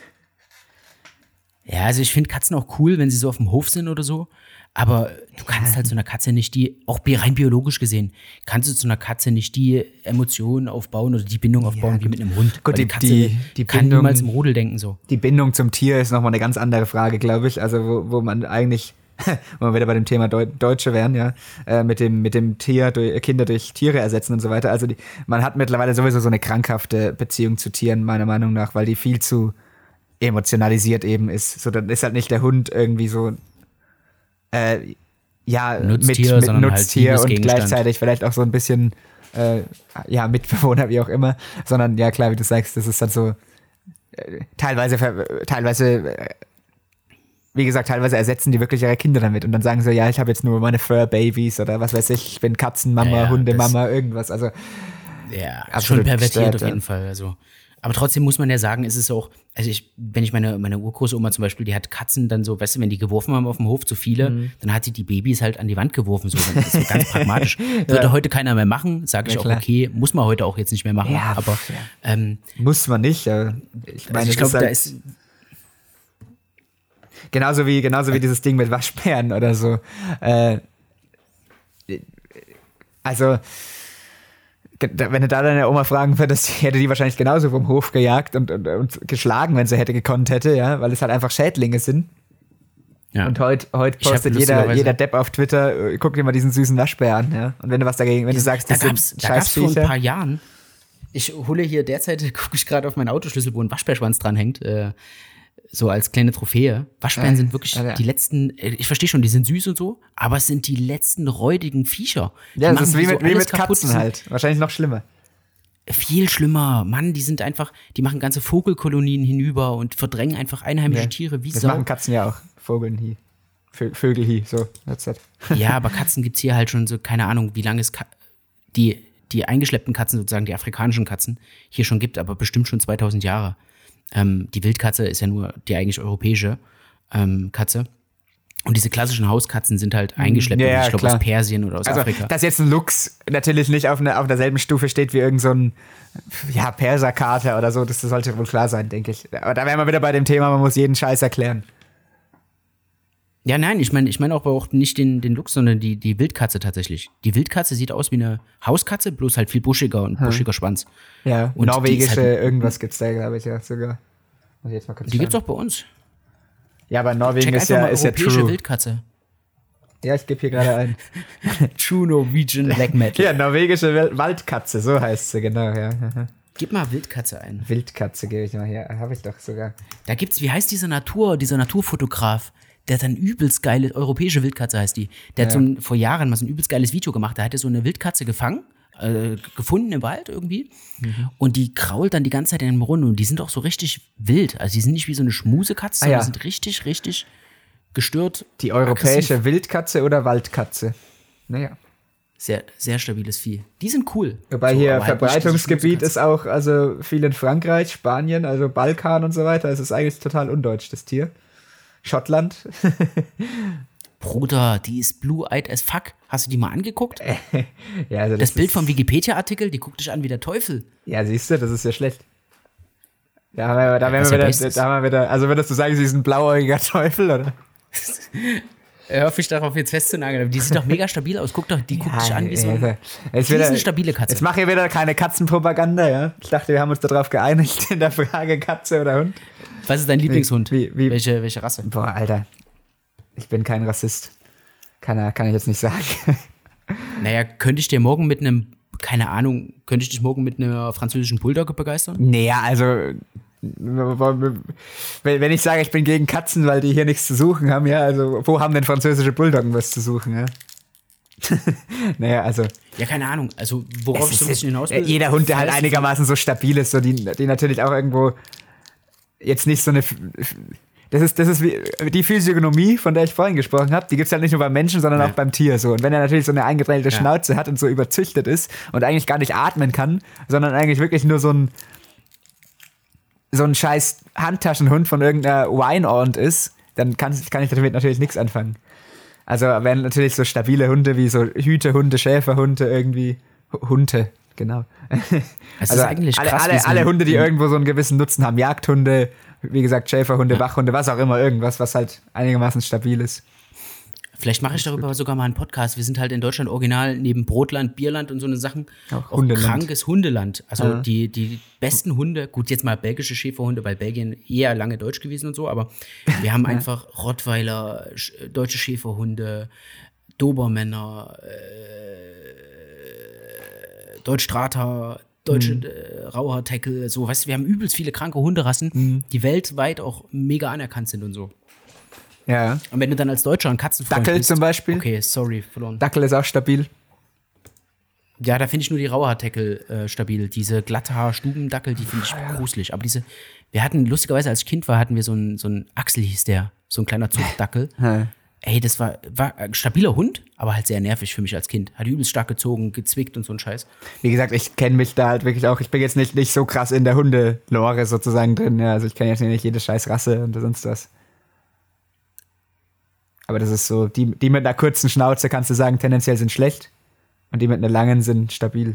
A: Ja, also ich finde Katzen auch cool, wenn sie so auf dem Hof sind oder so. Aber du kannst halt zu einer Katze nicht die, auch bi- rein biologisch gesehen, kannst du zu einer Katze nicht die Emotionen aufbauen oder die Bindung aufbauen wie mit einem Hund.
B: Gut,
A: Weil
B: die-
A: Katze
B: die- die
A: kann
B: Bindung-
A: niemals im Rudel denken so.
B: Die Bindung zum Tier ist nochmal eine ganz andere Frage, glaube ich. Also wo, wo man eigentlich, wo wir wieder bei dem Thema Deu Deutsche wären, ja, äh, mit dem, mit dem Tier, durch, Kinder durch Tiere ersetzen und so weiter. Also die, man hat mittlerweile sowieso so eine krankhafte Beziehung zu Tieren, meiner Meinung nach, weil die viel zu emotionalisiert eben ist. So, dann ist halt nicht der Hund irgendwie so, äh, ja,
A: Nutztier,
B: mit, mit
A: sondern halt
B: Nutztier und
A: Liebesgegenstand.
B: gleichzeitig vielleicht auch so ein bisschen, äh, ja, Mitbewohner, wie auch immer. Sondern, ja, klar, wie du sagst, das ist dann so, äh, teilweise, ver- teilweise, äh, wie gesagt, teilweise ersetzen die wirklich ihre Kinder damit und dann sagen sie, ja, ich habe jetzt nur meine Fur-Babys oder was weiß ich, ich bin Katzenmama,
A: Ja, ja,
B: Hundemama, irgendwas. Also,
A: Ja, ist
B: Absolut
A: schon pervertiert
B: gestört,
A: auf
B: ja.
A: jeden Fall. Also. Aber trotzdem muss man ja sagen, ist es auch, also ich, wenn ich meine, meine Urgroßoma zum Beispiel, die hat Katzen dann so, weißt du, wenn die geworfen haben auf dem Hof, zu viele,
B: Mhm.
A: dann hat sie die Babys halt an die Wand geworfen, so, das ist so ganz pragmatisch. Würde heute keiner mehr machen, sage ich
B: Ja,
A: auch,
B: klar.
A: okay, muss man heute auch jetzt nicht mehr machen,
B: Ja,
A: aber
B: pff, ja.
A: ähm,
B: muss man nicht. Aber ich meine,
A: also ich
B: das
A: glaube, da
B: halt
A: ist,
B: genauso wie, genauso wie dieses Ding mit Waschbären oder so. Äh, also, ge- da- wenn du da deine Oma fragen würdest, hätte die wahrscheinlich genauso vom Hof gejagt und, und, und geschlagen, wenn sie hätte gekonnt hätte, ja, weil es halt einfach Schädlinge sind.
A: ja.
B: Und heute heut
A: Ich hab
B: postet jeder,
A: lustigerweise-
B: jeder Depp auf Twitter, äh, guck dir mal diesen süßen Waschbär an, ja. Und wenn du was dagegen, wenn du sagst,
A: da
B: das
A: gab's,
B: sind
A: da gab's vor ein
B: Scheißviecher.
A: paar Jahren, ich hole hier derzeit, gucke ich gerade auf meinen Autoschlüssel, wo ein Waschbärschwanz dranhängt, äh, so als kleine Trophäe. Waschbären
B: Ja,
A: sind wirklich
B: ja, ja.
A: die letzten, äh, ich verstehe schon, die sind süß und so, aber es sind die letzten räudigen Viecher. Die
B: Ja, das
A: machen
B: ist wie
A: dir so
B: mit, wie
A: alles
B: mit
A: kaputt.
B: Katzen
A: Die sind
B: halt. Wahrscheinlich noch schlimmer.
A: Viel schlimmer. Mann, die sind einfach, die machen ganze Vogelkolonien hinüber und verdrängen einfach einheimische
B: Ja.
A: Tiere wie
B: Das
A: Sau.
B: machen Katzen ja auch. Vogeln hier. Vö- Vögel hier, so. That's it.
A: Ja, aber Katzen gibt's hier halt schon so, keine Ahnung, wie lange es Ka die, die eingeschleppten Katzen, sozusagen die afrikanischen Katzen, hier schon gibt, aber bestimmt schon zweitausend Jahre. Ähm, die Wildkatze ist ja nur die eigentlich europäische ähm, Katze. Und diese klassischen Hauskatzen sind halt eingeschleppt,
B: Ja, ja,
A: ich glaube
B: klar.
A: aus Persien oder aus
B: Also,
A: Afrika.
B: dass jetzt ein Luchs natürlich nicht auf, eine, auf derselben Stufe steht wie irgend so ein ja, Perserkater oder so, das sollte wohl klar sein, denke ich. Aber da wären wir wieder bei dem Thema, man muss jeden Scheiß erklären.
A: Ja, nein, ich meine ich mein auch, auch nicht den, den Luchs, sondern die, die Wildkatze tatsächlich. Die Wildkatze sieht aus wie eine Hauskatze, bloß halt viel buschiger und buschiger Schwanz.
B: Ja,
A: Und die
B: norwegische,
A: ist halt-
B: irgendwas gibt's da, glaube ich, ja, sogar. Muss ich jetzt mal kurz
A: Die
B: schauen.
A: gibt's auch bei uns.
B: Ja, aber Norwegen
A: Check
B: ist
A: einfach
B: ja,
A: mal
B: ist ja
A: europäische
B: true.
A: Wildkatze.
B: Ja, ich gebe hier gerade ein.
A: True Norwegian Black Metal.
B: Ja, norwegische Wel- Waldkatze, so heißt sie, genau, ja.
A: Gib mal Wildkatze ein.
B: Wildkatze gebe ich mal hier, habe ich doch sogar.
A: Da gibt's, wie heißt dieser Natur, dieser Naturfotograf? der hat ein übelst geiles, europäische Wildkatze heißt die. Der ja. hat so ein, vor Jahren mal so ein übelst geiles Video gemacht. Da hat er so eine Wildkatze gefangen, äh, gefunden im Wald irgendwie. Mhm. Und die krault dann die ganze Zeit in den Brunnen. Und die sind auch so richtig wild. Also die sind nicht wie so eine Schmusekatze, ah, ja. sondern sind richtig, richtig gestört.
B: Die europäische aggressiv. Wildkatze oder Waldkatze? Naja.
A: Sehr, sehr stabiles Vieh. Die sind cool.
B: Wobei so, hier Verbreitungsgebiet ist auch, also viel in Frankreich, Spanien, also Balkan und so weiter. Es ist eigentlich total undeutsch, das Tier. Schottland.
A: Bruder, die ist blue-eyed as fuck. Hast du die mal angeguckt?
B: ja, also
A: das,
B: das
A: Bild vom Wikipedia-Artikel, die guckt dich an wie der Teufel.
B: Ja, siehst du, das ist ja schlecht. Da haben wir, da ja, wir wieder, da haben wir wieder, also würdest du sagen, sie ist ein blauäugiger Teufel, oder?
A: Hör mich darauf jetzt festzunageln, aber die sieht doch mega stabil aus. Guck doch, die guckt ja, dich an wie so eine
B: wieder,
A: stabile Katze.
B: Jetzt mach ich wieder keine Katzenpropaganda, ja? Ich dachte, wir haben uns darauf geeinigt in der Frage Katze oder Hund.
A: Was ist dein Lieblingshund?
B: Wie, wie,
A: welche, welche Rasse?
B: Boah, Alter. Ich bin kein Rassist. Kann, kann ich jetzt nicht sagen.
A: Naja, könnte ich dir morgen mit einem, keine Ahnung, könnte ich dich morgen mit einer französischen Bulldogge begeistern?
B: Naja, also wenn ich sage, ich bin gegen Katzen, weil die hier nichts zu suchen haben, ja, also wo haben denn französische Bulldoggen was zu suchen, ja? naja, also.
A: Ja, keine Ahnung, also worauf ich so ein bisschen hinaus will.
B: Jeder Hund, der halt einigermaßen so stabil ist, so die, die natürlich auch irgendwo jetzt nicht so eine. Das ist, das ist wie die Physiognomie, von der ich vorhin gesprochen habe, die gibt es halt nicht nur beim Menschen, sondern ja. auch beim Tier. So. Und wenn er natürlich so eine eingedrehte ja. Schnauze hat und so überzüchtet ist und eigentlich gar nicht atmen kann, sondern eigentlich wirklich nur so ein so ein scheiß Handtaschenhund von irgendeiner Wineound ist, dann kann, kann ich damit natürlich nichts anfangen. Also wenn natürlich so stabile Hunde wie so Hütehunde, Schäferhunde irgendwie, Hunde, genau.
A: Es
B: also
A: ist eigentlich
B: alle,
A: krass,
B: alle, alle Hunde, die irgendwo so einen gewissen Nutzen haben, Jagdhunde, wie gesagt Schäferhunde, ja. Wachhunde, was auch immer, irgendwas, was halt einigermaßen stabil ist.
A: Vielleicht mache ich darüber sogar mal einen Podcast. Wir sind halt in Deutschland original neben Brotland, Bierland und so eine Sachen
B: auch,
A: auch krankes Hundeland. Also
B: ja.
A: die, die besten Hunde, gut, jetzt mal belgische Schäferhunde, weil Belgien eher lange deutsch gewesen und so, aber wir haben ja. einfach Rottweiler, deutsche Schäferhunde, Dobermänner, äh, Deutschstrater, deutsche mhm. äh, Rauhaarteckel, so, weißt du, wir haben übelst viele kranke Hunderassen, mhm. die weltweit auch mega anerkannt sind und so.
B: Ja.
A: Und wenn du dann als Deutscher ein Katzenfreund
B: Dackel
A: bist,
B: zum Beispiel.
A: Okay, sorry, verloren.
B: Dackel ist auch stabil.
A: Ja, da finde ich nur die Rauhaarteckel äh, stabil. Diese Glatthaar-Stubendackel, die finde ich ja. gruselig. Aber diese, wir hatten, lustigerweise, als ich Kind war, hatten wir so einen, so einen Axel hieß der, so ein kleiner Zuchtdackel.
B: Ja.
A: Ey, das war, war ein stabiler Hund, aber halt sehr nervig für mich als Kind. Hat übelst stark gezogen, gezwickt und so ein Scheiß.
B: Wie gesagt, ich kenne mich da halt wirklich auch, ich bin jetzt nicht, nicht so krass in der Hundelore sozusagen drin. Ja. Also ich kenne jetzt nicht jede scheiß Rasse und sonst was. Aber das ist so, die, die mit einer kurzen Schnauze, kannst du sagen, tendenziell sind schlecht. Und die mit einer langen sind stabil.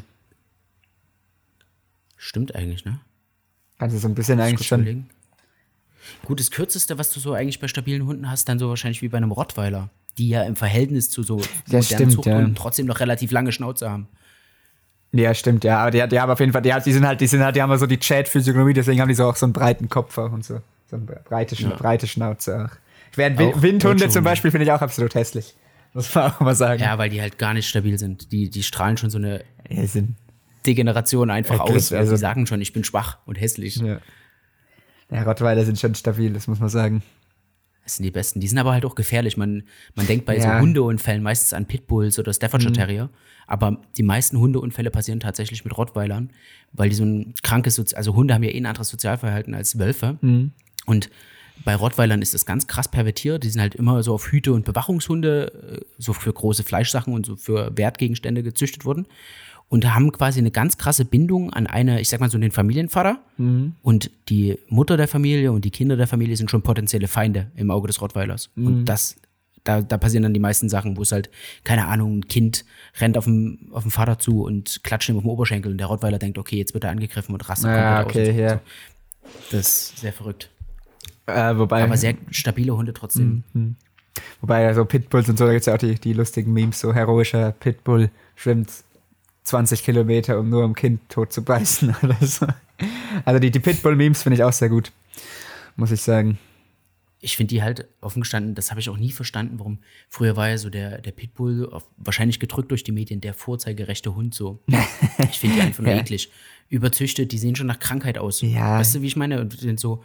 A: Stimmt eigentlich, ne?
B: Kannst du so ein bisschen
A: Muss
B: eigentlich schon. Überlegen.
A: Gut, das Kürzeste, was du so eigentlich bei stabilen Hunden hast, dann so wahrscheinlich wie bei einem Rottweiler. Die ja im Verhältnis zu so modernen Zuchthunden ja. trotzdem noch relativ lange Schnauze haben.
B: Ja, stimmt, ja. Aber die, die haben auf jeden Fall, die, die sind halt, die sind halt, die haben so die Chat-Physiognomie, deswegen haben die so auch so einen breiten Kopf auch und so. So eine breite, ja. breite Schnauze auch. Während auch Windhunde zum Beispiel finde ich auch absolut hässlich. Muss man auch mal sagen.
A: Ja, weil die halt gar nicht stabil sind. Die, die strahlen schon so eine
B: ja, sind
A: Degeneration einfach
B: wirklich,
A: aus.
B: Also
A: die sagen schon, ich bin schwach und hässlich.
B: Ja. ja, Rottweiler sind schon stabil, das muss man sagen.
A: Das sind die besten. Die sind aber halt auch gefährlich. Man, man denkt bei
B: ja.
A: so Hundeunfällen meistens an Pitbulls oder Staffordshire mhm. Terrier. Aber die meisten Hundeunfälle passieren tatsächlich mit Rottweilern, weil die so ein krankes, Sozi- also Hunde haben ja eh ein anderes Sozialverhalten als Wölfe.
B: Mhm.
A: Und bei Rottweilern ist das ganz krass pervertiert. Die sind halt immer so auf Hüte- und Bewachungshunde, so für große Fleischsachen und so für Wertgegenstände gezüchtet worden. Und haben quasi eine ganz krasse Bindung an eine, ich sag mal so den Familienvater.
B: Mhm.
A: Und die Mutter der Familie und die Kinder der Familie sind schon potenzielle Feinde im Auge des Rottweilers. Mhm. Und das, da, da passieren dann die meisten Sachen, wo es halt, keine Ahnung, ein Kind rennt auf dem, auf dem Vater zu und klatscht ihm auf den Oberschenkel und der Rottweiler denkt, okay, jetzt wird er angegriffen und rastet
B: ja,
A: komplett
B: okay,
A: aus.
B: Ja.
A: Das ist sehr verrückt.
B: Äh, wobei,
A: aber sehr stabile Hunde trotzdem.
B: Mhm. Wobei, so Pitbulls und so, da gibt es ja auch die, die lustigen Memes, so heroischer Pitbull schwimmt zwanzig Kilometer, um nur ein Kind tot zu beißen oder so. Also die, die Pitbull-Memes finde ich auch sehr gut, muss ich sagen.
A: Ich finde die halt offen gestanden, das habe ich auch nie verstanden, warum früher war ja so der, der Pitbull, auf, wahrscheinlich gedrückt durch die Medien, der vorzeigerechte Hund so. Ich finde die einfach nur
B: ja.
A: eklig. Überzüchtet, die sehen schon nach Krankheit aus.
B: Ja.
A: Weißt du, wie ich meine? Und sind so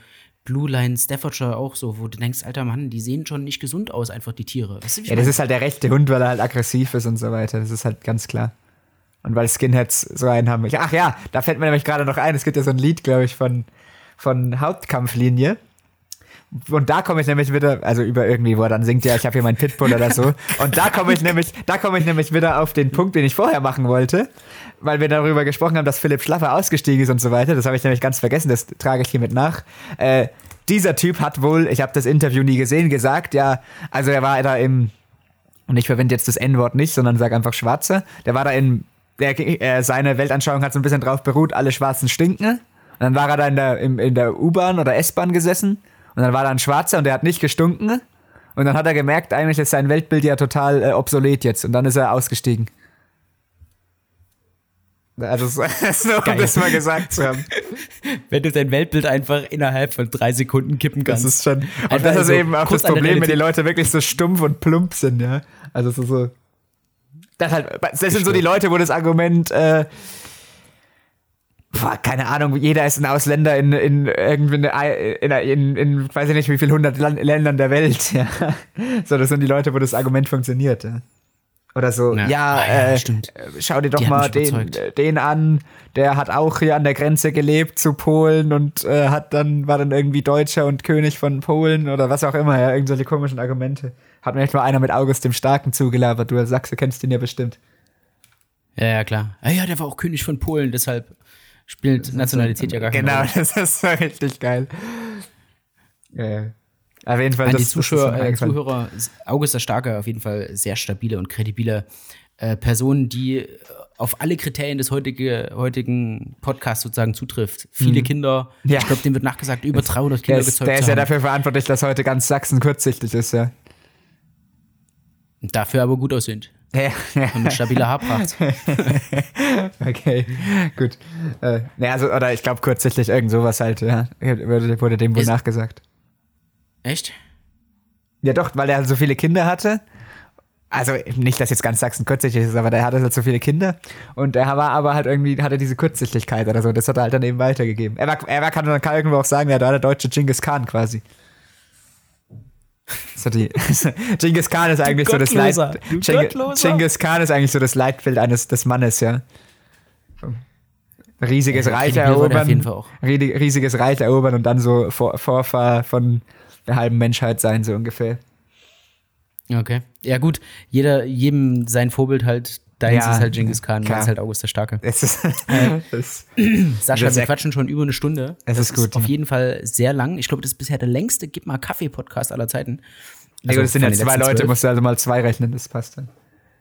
A: Blue Line Staffordshire auch so, wo du denkst, alter Mann, die sehen schon nicht gesund aus, einfach die Tiere. Weißt du, wie ich
B: Ja, das
A: mein?
B: ist halt der rechte Hund, weil er halt aggressiv ist und so weiter. Das ist halt ganz klar. Und weil Skinheads so einen haben. Ach ja, da fällt mir nämlich gerade noch ein, es gibt ja so ein Lied, glaube ich, von, von Hauptkampflinie. Und da komme ich nämlich wieder, also über irgendwie, wo er dann singt, ja, ich habe hier meinen Pitbull oder so. Und da komme ich nämlich, da komme ich nämlich wieder auf den Punkt, den ich vorher machen wollte, weil wir darüber gesprochen haben, dass Philipp Schlaffer ausgestiegen ist und so weiter. Das habe ich nämlich ganz vergessen, das trage ich hiermit nach. Äh, dieser Typ hat wohl, ich habe das Interview nie gesehen, gesagt, ja, also er war da im, und ich verwende jetzt das En-Wort nicht, sondern sage einfach Schwarze, der war da in, der, äh, seine Weltanschauung hat so ein bisschen drauf beruht, alle Schwarzen stinken. Und dann war er da in der, in, in der U-Bahn oder S-Bahn gesessen. Und dann war da ein Schwarzer und der hat nicht gestunken. Und dann hat er gemerkt, eigentlich ist sein Weltbild ja total äh, obsolet jetzt. Und dann ist er ausgestiegen. Also, so, um das mal gesagt zu haben.
A: Wenn du dein Weltbild einfach innerhalb von drei Sekunden kippen kannst.
B: Das ist schon. Und einfach das ist also eben auch das Problem, wenn die Leute wirklich so stumpf und plump sind, ja. Also, so. so das, halt, das sind so die Leute, wo das Argument. Äh, Boah, keine Ahnung, jeder ist ein Ausländer in, in irgendwie in, in, in, in weiß ich nicht wie viel hundert Ländern der Welt. Ja. So, das sind die Leute, wo das Argument funktioniert. Ja. Oder so, ja, ja, ja äh, schau dir doch die mal den, den an, der hat auch hier an der Grenze gelebt zu Polen und äh, hat dann, war dann irgendwie Deutscher und König von Polen oder was auch immer, ja, irgendwelche komischen Argumente. Hat mir echt mal einer mit August dem Starken zugelabert, du als Sachse kennst den ja bestimmt.
A: Ja, ja, klar. Ja, ja, der war auch König von Polen, deshalb spielt Nationalität ja gar keine
B: Rolle.
A: Genau,
B: das ist richtig geil. Ja, auf jeden Fall.
A: An
B: das,
A: die Zuschauer, das äh, Zuhörer, August der Starke auf jeden Fall sehr stabile und kredibile äh, Person, die auf alle Kriterien des heutige, heutigen Podcasts sozusagen zutrifft. Viele mhm. Kinder, ja. Ich glaube, dem wird nachgesagt, über dreihundert Kinder
B: gezeugt zu haben.
A: Der
B: ist ja dafür verantwortlich, dass heute ganz Sachsen kurzsichtig ist, ja.
A: Dafür aber gut aussehend. Ja. Und mit stabiler Haarpracht.
B: Okay, gut. Äh, ne, also, oder ich glaube kurzsichtig irgend sowas halt, ja. Wurde, wurde dem wohl ist, nachgesagt.
A: Echt?
B: Ja doch, weil er halt so viele Kinder hatte. Also nicht, dass jetzt ganz Sachsen kurzsichtig ist, aber der hatte halt so viele Kinder. Und er war aber halt irgendwie, hatte diese Kurzsichtigkeit oder so. Das hat er halt dann eben weitergegeben. Er, war, er war, kann, man kann irgendwo auch sagen, ja, da war der deutsche Genghis Khan quasi. So die, Genghis Khan ist eigentlich so das Leit, Genghis Khan ist eigentlich so das Leitbild eines des Mannes, ja. Riesiges ja, Reich erobern, riesiges Reich erobern und dann so Vor, Vorfahr von der halben Menschheit sein, so ungefähr.
A: Okay. Ja gut, jeder, jedem sein Vorbild halt, deins ja, ist halt Genghis Khan, meins ist halt August der Starke. Es ist, äh, das, Sascha, wir quatschen schon über eine Stunde.
B: Es ist
A: das
B: gut.
A: Ist auf jeden Fall sehr lang. Ich glaube, das ist bisher der längste Gib mal Kaffee-Podcast aller Zeiten.
B: Also, das sind ja zwei Leute, musst du also mal zwei rechnen, das passt dann.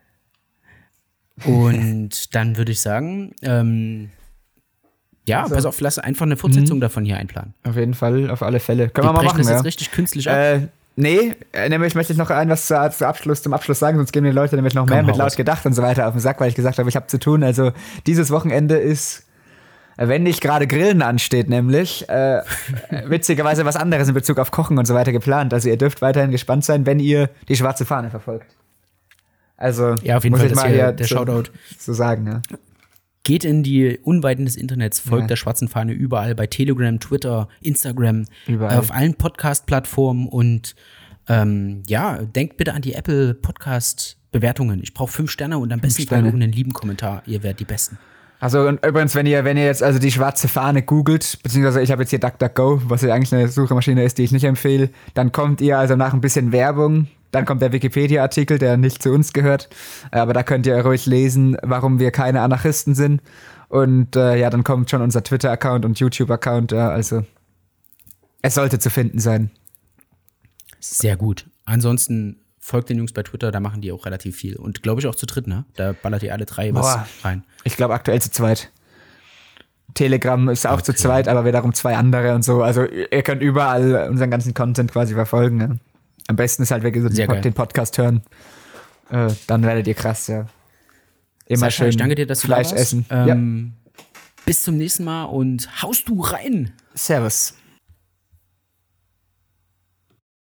A: Und dann würde ich sagen, ähm, ja, also, pass auf, lass einfach eine Fortsetzung mhm. davon hier einplanen.
B: Auf jeden Fall, auf alle Fälle. Können wir, wir mal machen,
A: das
B: ja.
A: jetzt richtig künstlich ab.
B: Äh, nee, nämlich möchte ich noch ein was zu, zu Abschluss, zum Abschluss sagen, sonst gehen die Leute nämlich noch mehr Komm, mit laut gedacht und so weiter auf den Sack, weil ich gesagt habe, ich habe zu tun. Also dieses Wochenende ist, wenn nicht gerade Grillen ansteht, nämlich äh, witzigerweise was anderes in Bezug auf Kochen und so weiter geplant. Also ihr dürft weiterhin gespannt sein, wenn ihr die schwarze Fahne verfolgt. Also
A: ja, auf jeden
B: muss
A: Fall
B: ich mal hier
A: der
B: zu,
A: Shoutout
B: zu sagen, ja.
A: Geht in die Unweiten des Internets, folgt ja. der schwarzen Fahne überall, bei Telegram, Twitter, Instagram, überall. Auf allen Podcast-Plattformen und ähm, ja, denkt bitte an die Apple Podcast-Bewertungen. Ich brauche fünf Sterne und am besten Fall einen lieben Kommentar. Ihr werdet die Besten.
B: Also und übrigens, wenn ihr, wenn ihr jetzt also die schwarze Fahne googelt, beziehungsweise ich habe jetzt hier DuckDuckGo, was ja eigentlich eine Suchmaschine ist, die ich nicht empfehle, dann kommt ihr also nach ein bisschen Werbung. Dann kommt der Wikipedia-Artikel, der nicht zu uns gehört. Aber da könnt ihr ruhig lesen, warum wir keine Anarchisten sind. Und äh, ja, dann kommt schon unser Twitter-Account und YouTube-Account. Ja, also es sollte zu finden sein.
A: Sehr gut. Ansonsten folgt den Jungs bei Twitter, da machen die auch relativ viel. Und glaube ich auch zu dritt, ne? Da ballert ihr alle drei was Boah. rein.
B: Ich glaube aktuell zu zweit. Telegram ist auch okay. zu zweit, aber wiederum zwei andere und so. Also ihr könnt überall unseren ganzen Content quasi verfolgen, ja. Am besten ist halt, wenn ihr so den, den Podcast hören. Äh, dann werdet ihr krass, ja. Immer
A: Sascha,
B: schön
A: ich danke dir, dass du
B: Fleisch
A: da warst.
B: essen.
A: Ähm, ja. Bis zum nächsten Mal und haust du rein.
B: Servus.